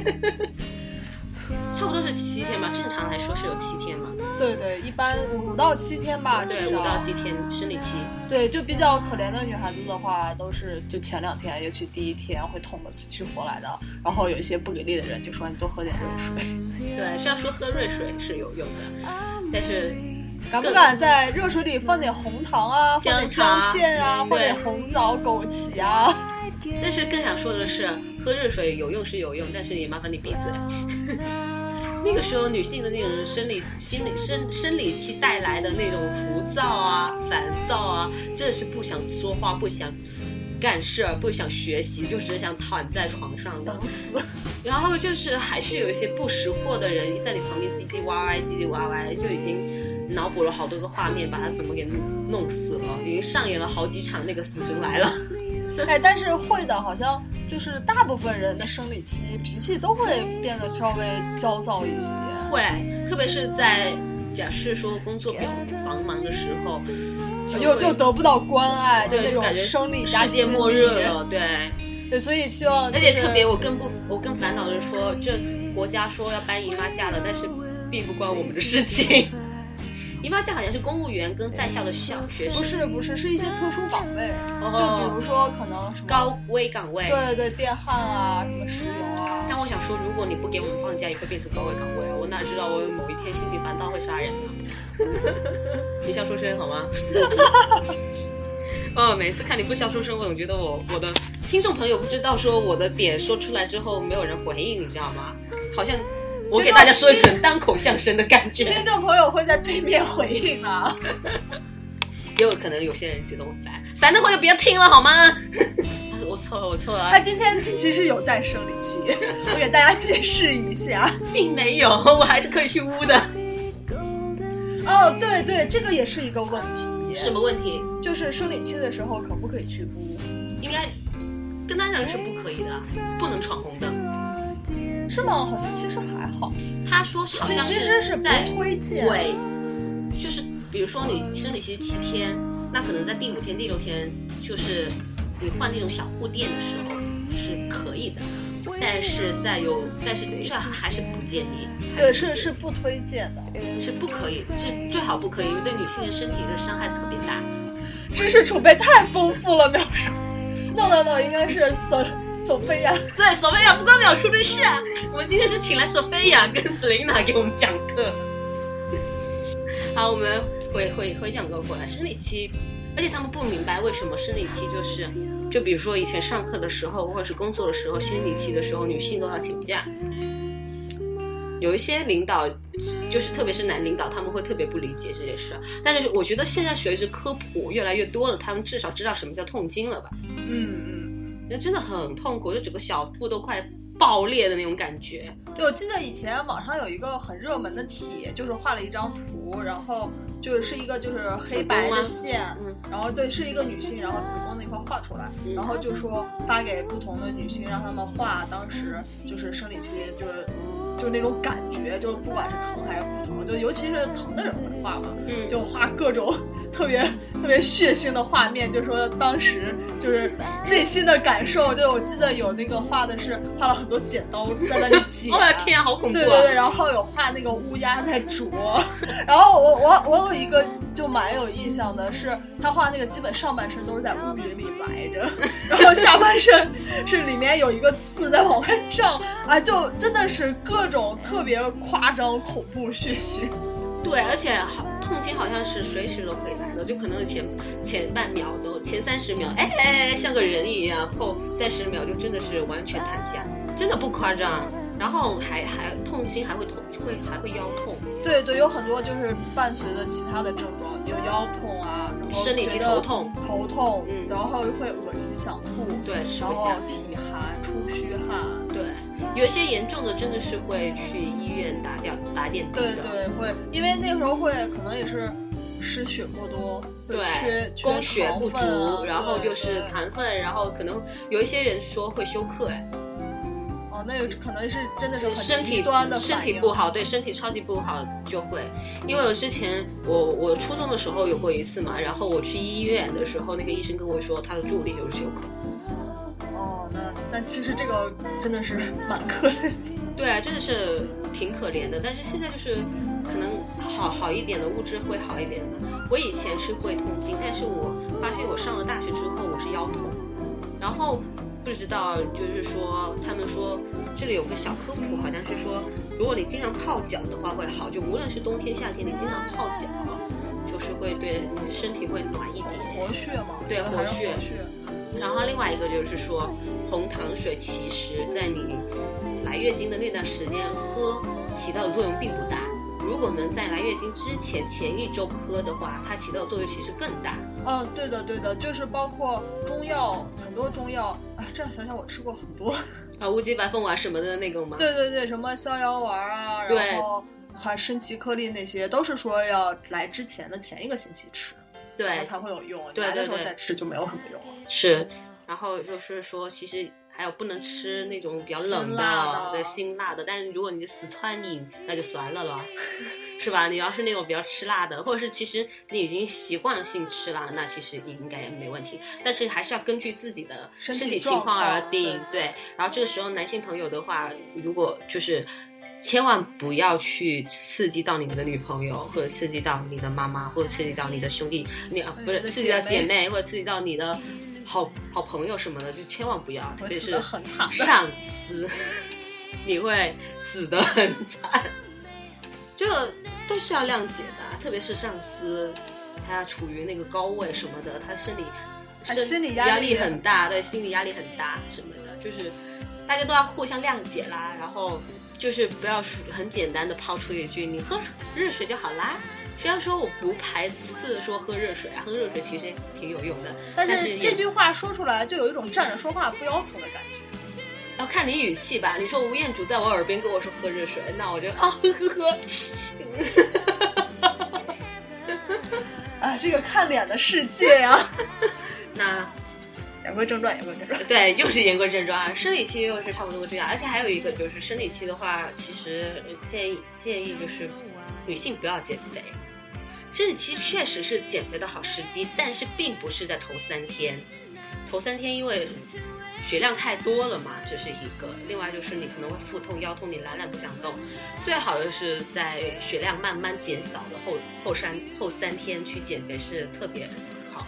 差不多是7天吧，正常来说是有7天嘛。 对对，一般5到7天吧。 对，5到7天生理期。 对，就比较可怜的女孩子的话，都是就前2天，尤其第1天会痛得死去活来的。然后有一些不给力的人就说你多喝点热水。对， 虽然说喝热水是有用的，但是敢不敢在热水里放点红糖啊，放点姜片啊，放点红枣、枸杞啊？ 但是更想说的是，喝热水有用是有用，但是也麻烦你闭嘴。那个时候女性的那种生理期带来的那种浮躁啊、烦躁啊，真的是不想说话、不想干事、不想学习，就只想躺在床上的。然后就是还是有一些不识货的人在你旁边唧唧歪歪，就已经脑补了好多个画面，把他怎么给弄死了，已经上演了好几场那个死神来了。 但是会的，好像就是大部分人的生理期脾气都会变得稍微焦躁一些。 会，特别是在假设说工作比较繁忙的时候， 又得不到关爱， 对， 就那种生理加世界末日了，对。 对，所以希望、 而且特别我更烦恼的是说，这国家说要颁姨妈假了，但是并不关我们的事情。姨妈假好像是公务员跟在校的学生， 不是，是一些特殊岗位，就比如说可能什么高危岗位， 对，电焊啊，什么石油啊。 但我想说，如果你不给我们放假，也会变成高危岗位，我哪知道我某一天心情烦躁会杀人呢？你笑出声好吗？每次看你不笑出声，我总觉得我的听众朋友不知道说我的点说出来之后没有人回应，你知道吗？好像我给大家说成单口相声的感觉。 听众朋友会在对面回应啊。 也有可能有些人觉得我烦的话就不要听了好吗？我错了。 他今天其实有在生理期，我给大家解释一下， 并没有，我还是可以去污的。 对，这个也是一个问题。 什么问题？ 就是生理期的时候可不可以去污？ 应该跟当然是不可以的，不能闯红灯。 是吗？好像其实还好。 他说好像其实是不推荐。 对，就是比如说你生理期7天，那可能在第5天、第6天，就是你换那种小护垫的时候是可以的，但是这还是不建议。 对，是不推荐的， 是不可以，是最好不可以，因为对女性的身体的伤害特别大。 知识储备太丰富了，描述。No， 应该是索菲亚。 对，索菲亚不光描述的是啊，我们今天是请来索菲亚跟斯琳娜给我们讲课。好，我们回讲过来，生理期，而且他们不明白为什么生理期就比如说以前上课的时候，或者是工作的时候，生理期的时候，女性都要请假。有一些领导，就是特别是男领导，他们会特别不理解这件事。但是我觉得现在随着科普越来越多了，他们至少知道什么叫痛经了吧？那真的很痛苦，就整个小腹都快爆裂的那种感觉。 对，我记得以前网上有一个很热门的帖，就是画了一张图，然后是一个就是黑白的线，然后对，是一个女性，然后子宫那块画出来，然后就说发给不同的女性，让他们画当时就是生理期就是那种感觉，就不管是疼还是不疼，就尤其是疼的人会画嘛，就画各种特别血腥的画面，就说当时就是内心的感受。就我记得有那个画的是画了很多剪刀在那里剪， 我的天啊，好恐怖啊！ 对，然后有画那个乌鸦在啄，然后我有一个就蛮有印象的是，他画那个基本上半身都是在乌云里埋着，然后下半身是里面有一个刺在往外胀啊，就真的是各种特别夸张、恐怖、血腥。 对，而且痛经好像是随时都可以来的，就可能前半秒都前30秒，像个人一样，后30秒就真的是完全瘫下，真的不夸张。然后还痛经还会腰痛。对， 有很多就是伴随着其他的症状，有腰痛啊，然后生理期头痛， 然后会恶心想吐， 对， 然后体寒、出虚汗， 对，有一些严重的真的是会去医院打点滴的， 对，会，因为那时候可能也是失血过多， 对，供血不足，然后就是糖分，然后可能有一些人说会休克， 那个可能是真的是很极端的身体不好，对，身体超级不好就会。因为我之前我初中的时候有过一次嘛，然后我去医院的时候，那个医生跟我说他的助理就是休克。 那其实这个真的是蛮可怜的。 对啊，真的是挺可怜的。但是现在就是可能好一点的物质会好一点的。我以前是会痛经，但是我发现我上了大学之后我是腰痛，然后不知道就是说他们说这里有个小科普，好像是说如果你经常泡脚的话会好，就无论是冬天夏天你经常泡脚，就是会对你身体会暖一点， 活血嘛， 对，活血。然后另外一个就是说红糖水其实在你来月经的那段时间喝起到的作用并不大，如果能在来月经之前一周喝的话，它起到的作用其实更大。 对的，就是包括中药，很多中药啊，这样想想我吃过很多乌鸡白凤丸什么的那个吗？ 对，什么逍遥丸啊，然后还参芪颗粒那些，都是说要来之前的前一个星期吃， 对， 才会有用。 对， 来的时候再吃就没有什么用了。 是，然后就是说其实还有不能吃那种比较冷的，对，辛辣的。但是如果你是四川人，那就算了是吧？你要是那种比较吃辣的，或者是其实你已经习惯性吃辣，那其实你应该也没问题。但是还是要根据自己的身体情况而定，对。然后这个时候男性朋友的话，如果就是千万不要去刺激到你的女朋友，或者刺激到你的妈妈，或者刺激到你的兄弟，不是刺激到姐妹，或者刺激到你的好朋友什么的，就千万不要，特别是上司，你会死得很惨。这个都是要谅解的，特别是上司，他处于那个高位什么的，他心理压力很大，对，心理压力很大什么的，就是大家都要互相谅解啦，然后就是不要很简单的抛出一句你喝热水就好啦。虽然说我不排斥说喝热水啊，喝热水其实也挺有用的， 但是这句话说出来就有一种站着说话不腰疼的感觉。 要看你语气吧，你说吴彦祖在我耳边跟我说喝热水，那我就喝。 啊，这个看脸的世界呀。 那言归正传， 对，又是言归正传。生理期又是差不多这样，而且还有一个就是生理期的话，其实建议就是女性不要减肥。生理期确实是减肥的好时机，但是并不是在头3天。头3天因为血量太多了嘛，这是一个。另外就是你可能会腹痛、腰痛，你懒不想动。最好的是在血量慢慢减少的后3天去减肥是特别好的。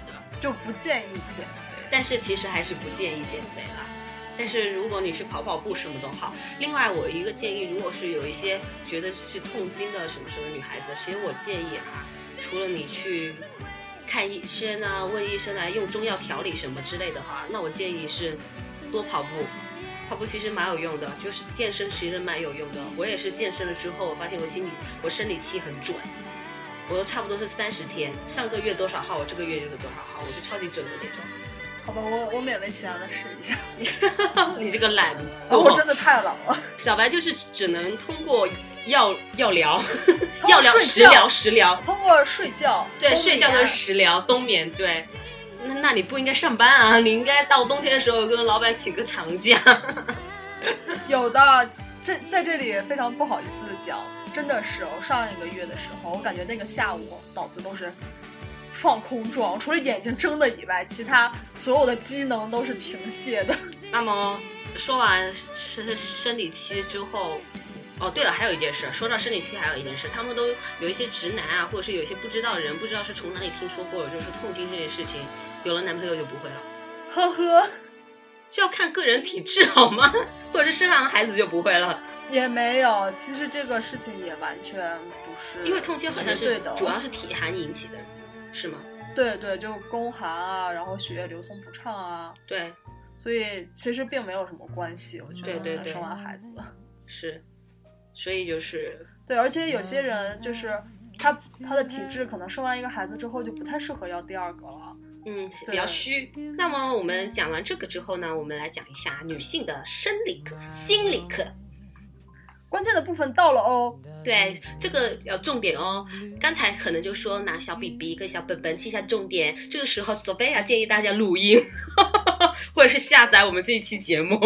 就不建议减肥。 但是其实还是不建议减肥啦。但是如果你去跑跑步什么都好。另外我一个建议，如果是有一些觉得是痛经的什么女孩子，其实我建议除了你去看医生啊，问医生啊，用中药调理什么之类的话，那我建议是多跑步。跑步其实蛮有用的，就是健身其实蛮有用的。我也是健身了之后，我发现我生理期很准，我都差不多是30天，上个月多少号，我这个月就是多少号，我是超级准的那种。 好吧，我勉为其难的试一下。 你这个懒， 我真的太懒了。 小白就是只能通过药疗，食疗， 通过睡觉， 对，睡觉跟食疗，冬眠，对。那你不应该上班啊，你应该到冬天的时候跟老板请个长假。 有的，在这里非常不好意思的讲，真的是我上一个月的时候，我感觉那个下午脑子都是放空状，除了眼睛睁的以外，其他所有的机能都是停歇的。 那么说完生理期之后，哦，对了，还有一件事，说到生理期，还有一件事，他们都有一些直男啊，或者是有一些不知道的人，不知道是从哪里听说过，就是痛经这件事情，有了男朋友就不会了。 呵呵， 就要看个人体质好吗？或者是生完孩子就不会了？ 也没有，其实这个事情也完全不是， 因为痛经好像是主要是体寒引起的，是吗？ 对对，就宫寒啊，然后血液流通不畅啊， 对， 所以其实并没有什么关系，我觉得。 对对对， 生完孩子是，所以就是对，而且有些人就是他的体质可能生完一个孩子之后就不太适合要第二个了。 比较虚。那么我们讲完这个之后呢，我们来讲一下女性的生理课、心理课。 关键的部分到了哦。 对，这个要重点哦。刚才可能就说拿小笔笔跟小本本记下重点，这个时候索菲亚建议大家录音，或者是下载我们这一期节目。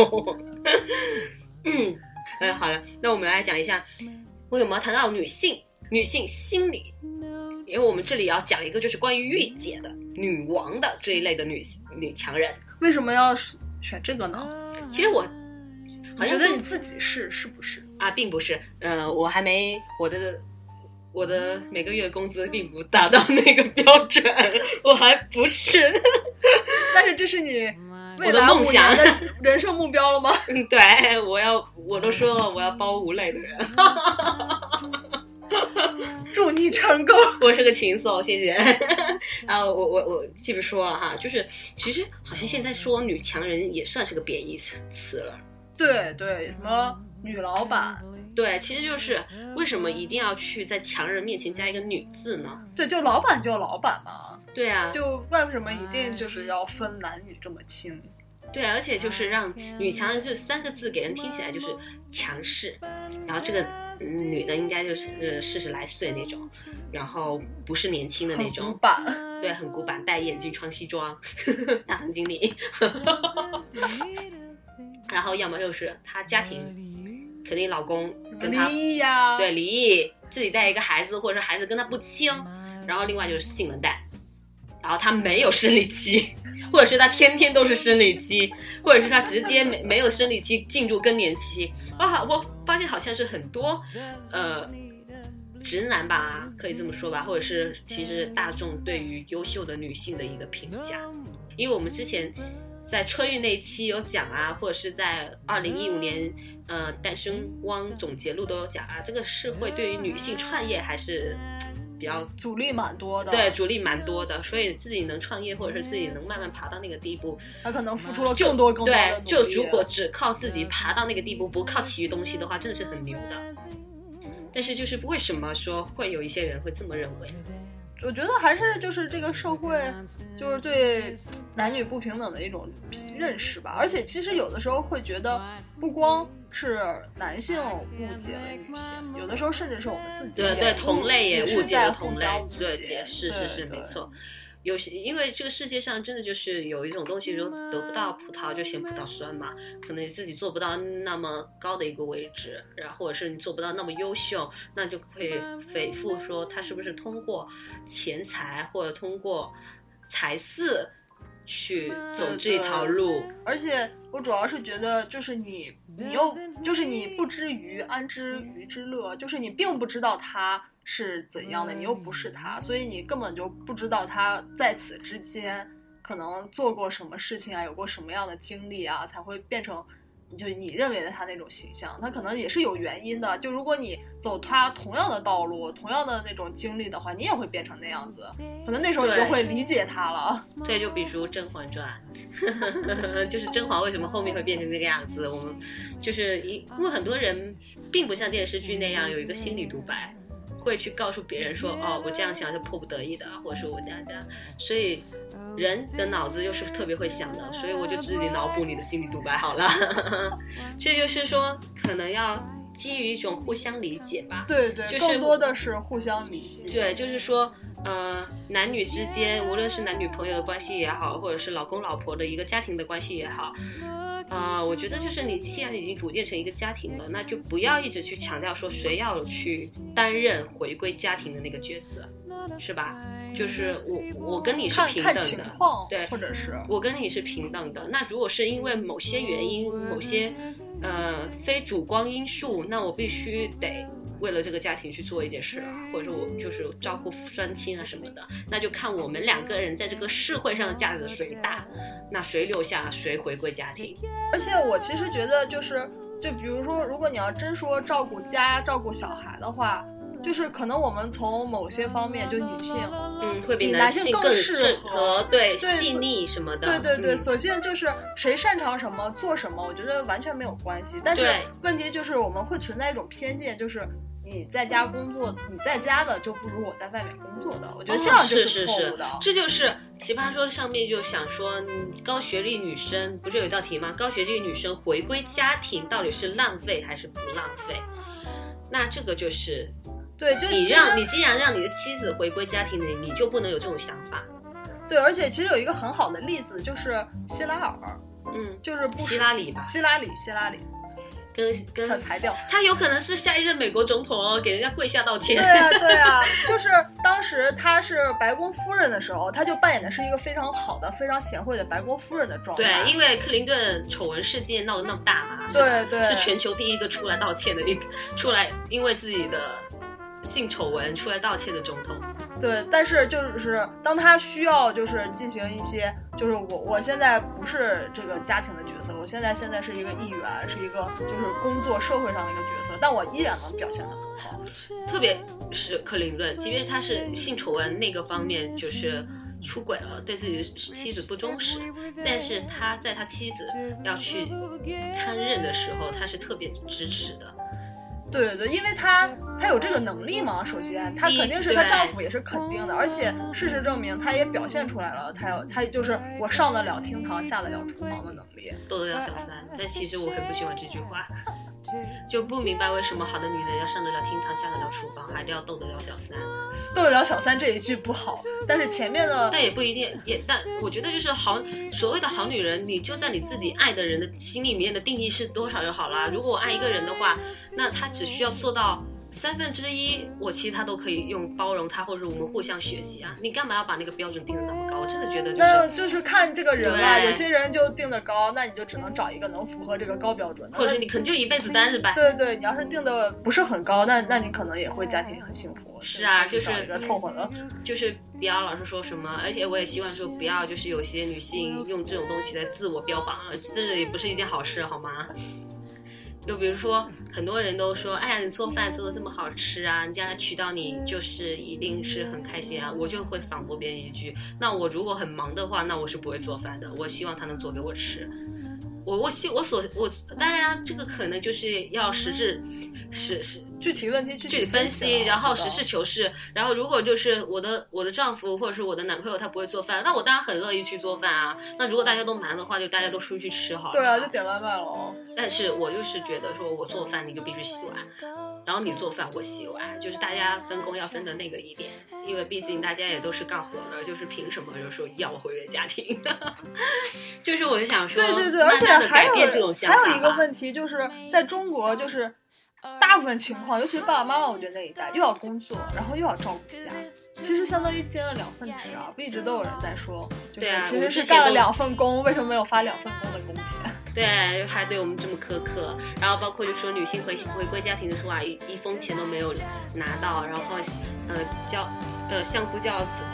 好了，那我们来讲一下为什么要谈到女性心理。因为我们这里要讲一个就是关于御姐的女王的这一类的女强人。 为什么要选这个呢？ 其实我好像觉得你自己是不是啊，并不是。我还没我的每个月工资并不达到那个标准，我还不是。 但是这是你未来5年的人生目标了吗？ 对，我都说了我要包无类的人。 祝你成功。 我是个禽兽，谢谢。啊，我继续说了哈，就是其实好像现在说女强人也算是个贬义词了。 对对，什么女老板？ 对，其实就是为什么一定要去在强人面前加一个女字呢？ 对，就老板就老板嘛。 对啊， 就为什么一定就是要分男女这么清？ 对啊，而且就是让女强人这3个字给人听起来就是强势，然后这个女的应该就是40来岁那种，然后不是年轻的那种， 很古板， 对，很古板，戴眼镜穿西装，大堂经理。然后要么就是她家庭肯定老公跟她离异呀， 对，离异，自己带一个孩子，或者是孩子跟她不亲，然后另外就是性冷淡，然后她没有生理期，或者是她天天都是生理期，或者是她直接没有生理期进入更年期。我发现好像是很多直男吧，可以这么说吧，或者是其实大众对于优秀的女性的一个评价。因为我们之前在春运那一期有讲啊，或者是在2015年单身汪总结录都有讲啊，这个社会对于女性创业还是比较阻力蛮多的， 对，阻力蛮多的，所以自己能创业或者是自己能慢慢爬到那个地步， 他可能付出了更多的努力。 对，就如果只靠自己爬到那个地步，不靠其余东西的话，真的是很牛的。但是就是为什么说会有一些人会这么认为？ 我觉得还是就是这个社会就是对男女不平等的一种认识吧，而且其实有的时候会觉得不光是男性误解了女性，有的时候甚至是我们自己对同类也误解了同类，对，是没错。有些因为这个世界上真的就是有一种东西，说得不到葡萄就嫌葡萄酸嘛，可能你自己做不到那么高的一个位置，然后或者是你做不到那么优秀，那就会反复说他是不是通过钱财或者通过财祀去走这一条路。 而且我主要是觉得就是你又就是你不知鱼安知鱼之乐，就是你并不知道他是怎样的，你又不是他，所以你根本就不知道他在此之间可能做过什么事情啊，有过什么样的经历啊，才会变成就你认为的他那种形象。他可能也是有原因的，就如果你走他同样的道路，同样的那种经历的话，你也会变成那样子，可能那时候你就会理解他了。 对，就比如《甄嬛传》就是甄嬛为什么后面会变成这个样子，我们就是因为很多人并不像电视剧那样有一个心理独白，会去告诉别人说，哦，我这样想是迫不得已的，或者说我这样的，所以人的脑子又是特别会想的，所以我就自己脑补你的心理独白好了。这就是说可能要基于一种互相理解吧。 对对， 就是更多的是互相理解。 对，就是说男女之间无论是男女朋友的关系也好，或者是老公老婆的一个家庭的关系也好，我觉得就是你既然已经组建成一个家庭了，那就不要一直去强调说谁要去担任回归家庭的那个角色，是吧？就是我跟你是平等的， 看情况， 对， 或者是我跟你是平等的。那如果是因为某些原因、某些非主观因素，那我必须得为了这个家庭去做一件事啊，或者说我就是照顾双亲啊什么的，那就看我们两个人在这个社会上的价值谁大，那谁留下谁回归家庭。 而且我其实觉得就比如说，如果你要真说照顾家、照顾小孩的话，就是可能我们从某些方面，就女性， 会比男性更适合， 对细腻什么的。 对对对，所幸就是谁擅长什么做什么，我觉得完全没有关系。但是问题就是我们会存在一种偏见，就是你在家工作，你在家的就不如我在外面工作的。我觉得这样就是错误的。 这就是奇葩说上面就想说，高学历女生不是有一道题吗？高学历女生回归家庭到底是浪费还是不浪费？那这个就是。 对，就你既然让你的妻子回归家庭里，你就不能有这种想法。 对，而且其实有一个很好的例子就是希拉尔，就是希拉里吧， 希拉里， 跟裁掉， 他有可能是下一任美国总统哦，给人家跪下道歉。 对啊，就是当时他是白宫夫人的时候，他就扮演的是一个非常好的、非常贤惠的白宫夫人的状态。 对，因为克林顿丑闻事件闹得那么大嘛， 对， 是全球第一个出来道歉的一个，出来因为自己的性丑闻出来道歉的总统。 对，但是就是当他需要就是进行一些，就是我现在不是这个家庭的角色，我现在是一个议员，是一个就是工作社会上的一个角色，但我依然能表现得很好。 特别是克林顿，即便他是性丑闻那个方面就是出轨了，对自己的妻子不忠实，但是他在他妻子要去参任的时候，他是特别支持的。 对，因为他有这个能力嘛，首先他肯定是他丈夫也是肯定的，而且事实证明他也表现出来了，他就是我上得了厅堂下得了厨房的能力， 斗得了小三。但其实我很不喜欢这句话，就不明白为什么好的女人要上得了厅堂下得了厨房，还要斗得了小三。 斗得了小三这一句不好，但是前面的但也不一定，但我觉得就是所谓的好女人，你就在你自己爱的人的心里面的定义是多少就好啦。如果我爱一个人的话，那他只需要做到1/3，我其他都可以用包容他，或者是我们互相学习啊。你干嘛要把那个标准定得那么高？我真的觉得那就是看这个人啊，有些人就定得高，那你就只能找一个能符合这个高标准的， 或者是你可能就一辈子单着呗。 对，你要是定的不是很高，那你可能也会家庭很幸福。 是啊，就是一个凑合的， 就是不要老是说什么，而且我也希望说不要就是有些女性用这种东西来自我标榜，这也不是一件好事，好吗？就比如说很多人都说，哎呀，你做饭做的这么好吃啊，人家娶到你就是一定是很开心啊。我就会反驳别人一句，那我如果很忙的话，那我是不会做饭的，我希望他能做给我吃。我当然这个可能就是要实质具体问题具体分析，然后实事求是。然后如果就是我的丈夫或者是我的男朋友他不会做饭，那我当然很乐意去做饭啊。那如果大家都忙的话，就大家都出去吃好了。 对啊，就点外卖了。 但是我就是觉得说，我做饭你就必须洗碗，然后你做饭我洗碗，就是大家分工要分的那个一点，因为毕竟大家也都是干活的，就是凭什么就说要我回归家庭？就是我就想说， 对，而且改变这种想法。 还有一个问题就是在中国就是大部分情况，尤其是爸爸妈妈，我觉得那一代又要工作，然后又要照顾家，其实相当于兼了2份职啊。不一直都有人在说，就是其实是干了2份工，为什么没有发2份工的工钱？ 对，还对我们这么苛刻。然后包括就说女性回归家庭的时候啊，一分钱都没有拿到，然后相夫教子，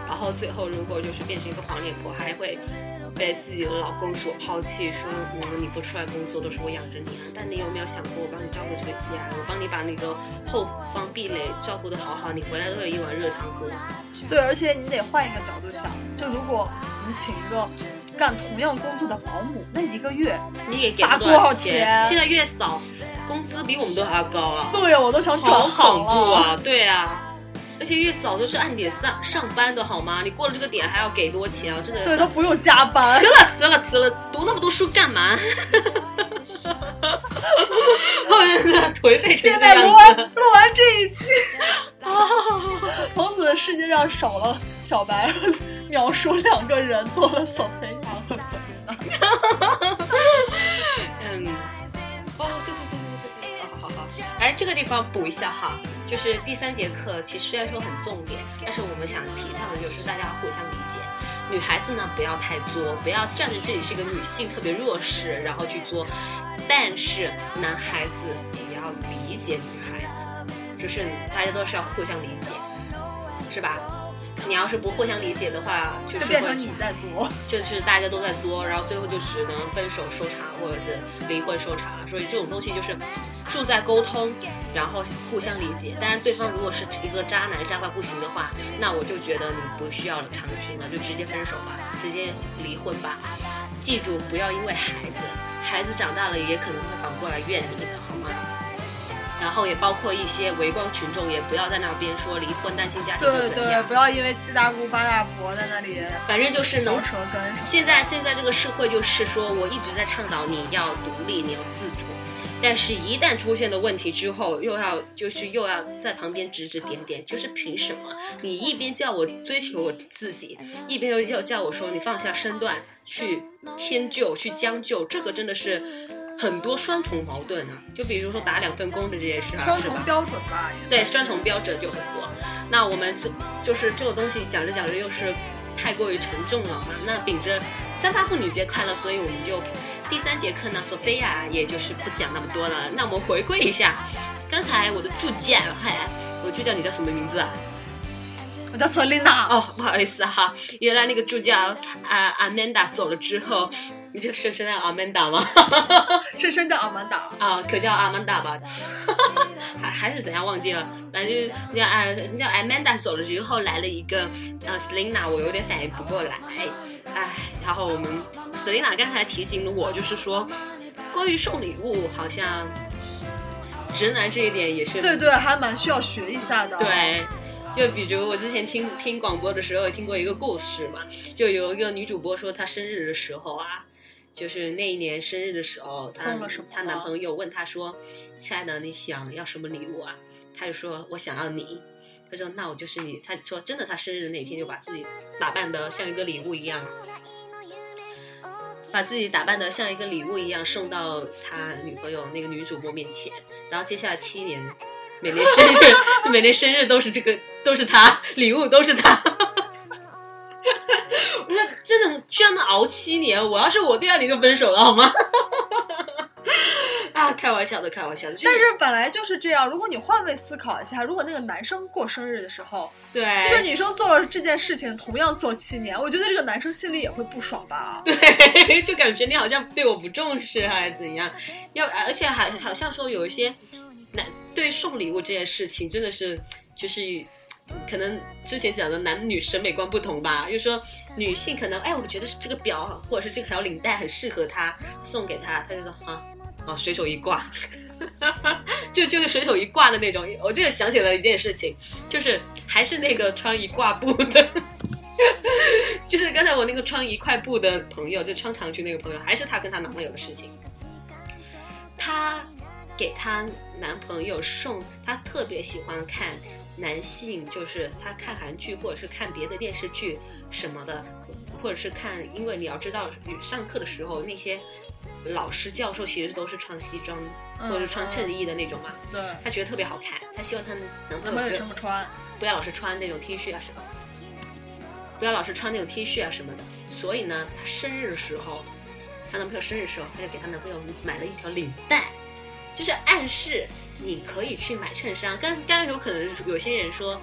然后最后如果就是变成一个黄脸婆，还会被自己的老公所抛弃，说你不出来工作都是我养着你啊。但你有没有想过，我帮你照顾这个家，我帮你把你的后方壁垒照顾得好好，你回来都有一碗热汤喝。 对，而且你得换一个角度想，就如果你请一个干同样工作的保姆，那一个月你给发多少钱？ 现在月嫂工资比我们都还要高啊！ 对呀，我都想转好恐怖啊！对啊。而且月嫂都是按点上班的好吗？你过了这个点还要给多钱啊！真的， 对，都不用加班。 辞了，读那么多书干嘛？后面颓废成这个样子。 录完这一期，从此世界上少了小白和描述2个人，多了索菲亚和索菲娜。 对，好，哎，这个地方补一下哈。就是第3节课，其实虽然说很重点，但是我们想提倡的就是大家互相理解。女孩子呢不要太作，不要仗着自己是一个女性特别弱势然后去作，但是男孩子也要理解女孩子，就是大家都是要互相理解，是吧？你要是不互相理解的话，就是变成你在作， 就是大家都在作，然后最后就只能分手收场或者是离婚收场。所以这种东西就是住在沟通，然后互相理解。当然对方如果是一个渣男渣到不行的话，那我就觉得你不需要长情了，就直接分手吧，直接离婚吧。记住，不要因为孩子长大了也可能会反过来怨你的，好吗？然后也包括一些围观群众，也不要在那边说离婚单亲家庭对对，不要因为7大姑8大婆在那里， 反正就是能舌根。 现在这个社会就是说，我一直在倡导你要独立，你要自主，但是一旦出现了问题之后，又要在旁边指指点点，就是凭什么？你一边叫我追求我自己，一边又叫我说你放下身段去迁就去将就，这个真的是很多双重矛盾啊。就比如说打2份工的这件事啊， 双重标准吧。 对，双重标准就很多。那我们就是这个东西讲着讲着又是太过于沉重了嘛。那秉着3八妇女节快乐，所以我们就第3节课呢，索菲亚也就是不讲那么多了。那我们回归一下，刚才我的助教，我助教你叫什么名字啊？ 我叫瑟琳娜。 哦，不好意思哈，原来那个助教阿曼达走了之后，你就深深叫阿曼达吗？ 深深叫阿曼达啊，可叫阿曼达吧，还是怎样忘记了，反正就叫阿曼达走了之后来了一个Selina， 我有点反应不过来，然后我们 Selina 刚才提醒了我，就是说关于送礼物，好像直男这一点也是对，还蛮需要学一下的。 对。就比如我之前听广播的时候听过一个故事嘛，就有一个女主播说她生日的时候啊，就是那一年生日的时候，她男朋友问她说：“亲爱的，你想要什么礼物啊？”她就说：“我想要你。”她说：“那我就是你。”她说：“真的，她生日那天就把自己打扮得像一个礼物一样，送到他女朋友那个女主播面前，然后接下来7年。每年生日都是他，礼物都是他。我说真的，这样的熬7年，我要是我第2年就分手了，好吗？啊，开玩笑的。但是本来就是这样，如果你换位思考一下，如果那个男生过生日的时候， 对这个女生做了这件事情，同样做7年，我觉得这个男生心里也会不爽吧？ 对，就感觉你好像对我不重视还是怎样，而且好像说有一些。对送礼物这件事情真的是就是可能之前讲的男女审美观不同吧，就是说女性可能我觉得这个表或者是这条领带很适合她，送给她，她就说随手一挂就是随手一挂的那种。我就想起了一件事情，就是还是那个穿一挂布的就是刚才我那个穿一块布的朋友，就穿长裙那个朋友，还是她跟她男朋友的事情。她给她男朋友送，她特别喜欢看男性，就是她看韩剧或者是看别的电视剧什么的，或者是看，因为你要知道上课的时候那些老师教授其实都是穿西装或者是穿衬衣的那种嘛， 对， 她觉得特别好看，她希望她男朋友这么穿， 不要老是穿那种 T 恤啊什么，不要老是穿那种 T 恤啊什么的。所以呢，她生日的时候，她男朋友生日的时候，她就给她男朋友买了一条领带，就是暗示你可以去买衬衫。刚有可能有些人说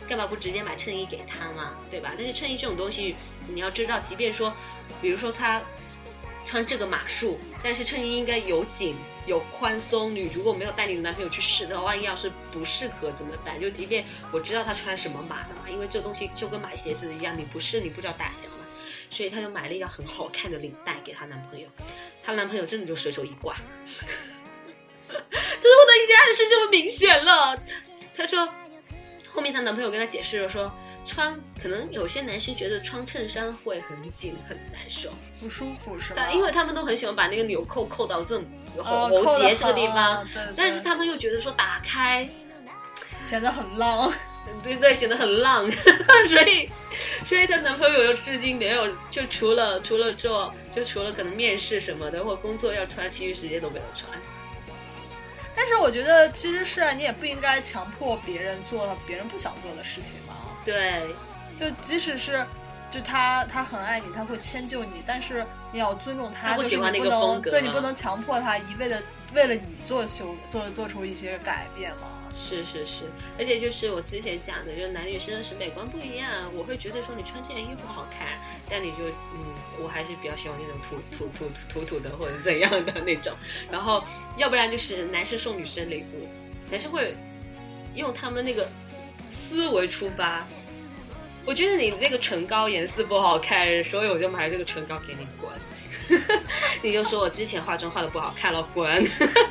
干嘛不直接买衬衣给他嘛，对吧？但是衬衣这种东西，你要知道，即便说，比如说他穿这个码数，但是衬衣应该有紧有宽松，你如果没有带你的男朋友去试的话，万一要是不适合怎么办？就即便我知道他穿什么码的嘛，因为这东西就跟买鞋子一样，你不试你不知道大小嘛，所以他就买了一条很好看的领带给她男朋友，她男朋友真的就随手一挂，这是我的一件暗示这么明显了。他说后面她男朋友跟她解释了说，可能有些男生觉得穿衬衫会很紧很难受不舒服是吧？ 因为他们都很喜欢把那个纽扣到这种喉结这个地方， 对对， 但是他们又觉得说打开显得很浪， 对对，显得很浪，所以她男朋友至今没有，就除了可能面试什么的或工作要穿，其余时间都没有穿。 但是我觉得其实是你也不应该强迫别人做别人不想做的事情嘛。 对， 就即使是就他很爱你，他会迁就你，但是你要尊重他， 他不喜欢那个风格， 对，你不能强迫他一味的为了你做出一些改变嘛。 是，而且就是我之前讲的，就是男女生的审美观不一样，我会觉得说你穿这件衣服好看，但你就我还是比较喜欢那种土的或者怎样的那种，然后要不然就是男生送女生礼物，男生会用他们那个思维出发，我觉得你这个唇膏颜色不好看，所以我就买这个唇膏给你滚你就说我之前化妆化的不好看了，滚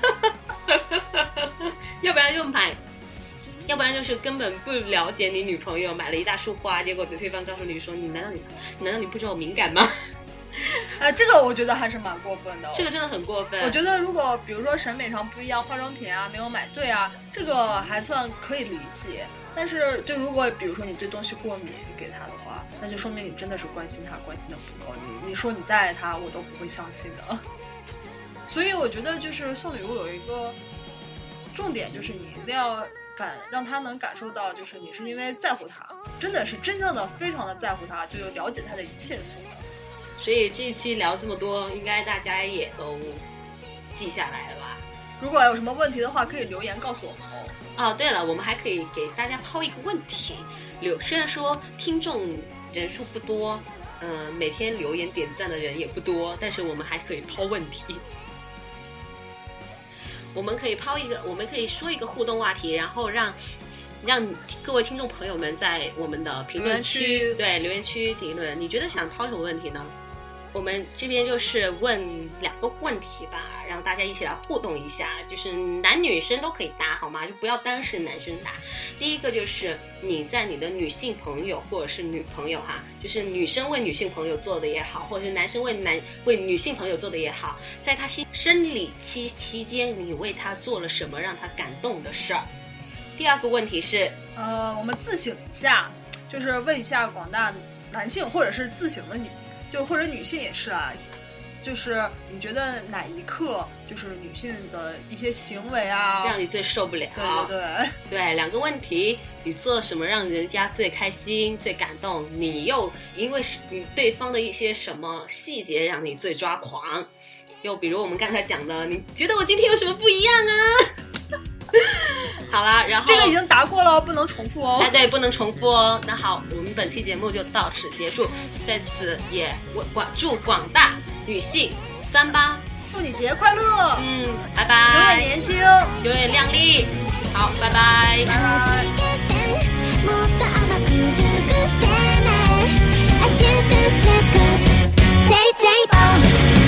要不然就是根本不了解你女朋友，买了一大束花，结果对方告诉你说，难道你不知道我敏感吗？ 这个我觉得还是蛮过分的， 这个真的很过分。 我觉得如果比如说审美上不一样，化妆品没有买对这个还算可以理解。但是就如果比如说你对东西过敏给他的话，那就说明你真的是关心他，关心的不够。你说你再爱他，我都不会相信的。所以我觉得就是送礼物有一个重点，就是你一定要让他能感受到，就是你是因为在乎他，真的是真正的非常的在乎他，就了解他的一切所有。 所以这一期聊这么多，应该大家也都记下来了吧？ 如果有什么问题的话，可以留言告诉我们哦。 对了，我们还可以给大家抛一个问题，虽然说听众人数不多，每天留言点赞的人也不多，但是我们还可以抛问题。我们可以说一个互动话题，然后让各位听众朋友们在我们的评论区留言区评论，你觉得想抛什么问题呢？我们这边就是问2个问题吧，让大家一起来互动一下，就是男女生都可以答好吗？就不要单是男生答。第一个就是你在你的女性朋友或者是女朋友就是女生为女性朋友做的也好，或者是男生为女性朋友做的也好，在她生理期期间，你为她做了什么让她感动的事儿？第2个问题是我们自省一下，就是问一下广大男性或者是自省的或者女性也是就是你觉得哪一刻就是女性的一些行为让你最受不了？对2个问题，你做什么让人家最开心最感动，你又因为对方的一些什么细节让你最抓狂，又比如我们刚才讲的，你觉得我今天有什么不一样好啦，然后这个已经答过了，不能重复哦。 对，不能重复哦。那好，我们本期节目就到此结束，在此也祝广大女性38 妇女节快乐！ 拜拜。 永远年轻， 永远靓丽。好，拜拜。 拜拜。 もっと甘く熟してね、あちゅくちゅくチェリチェリポン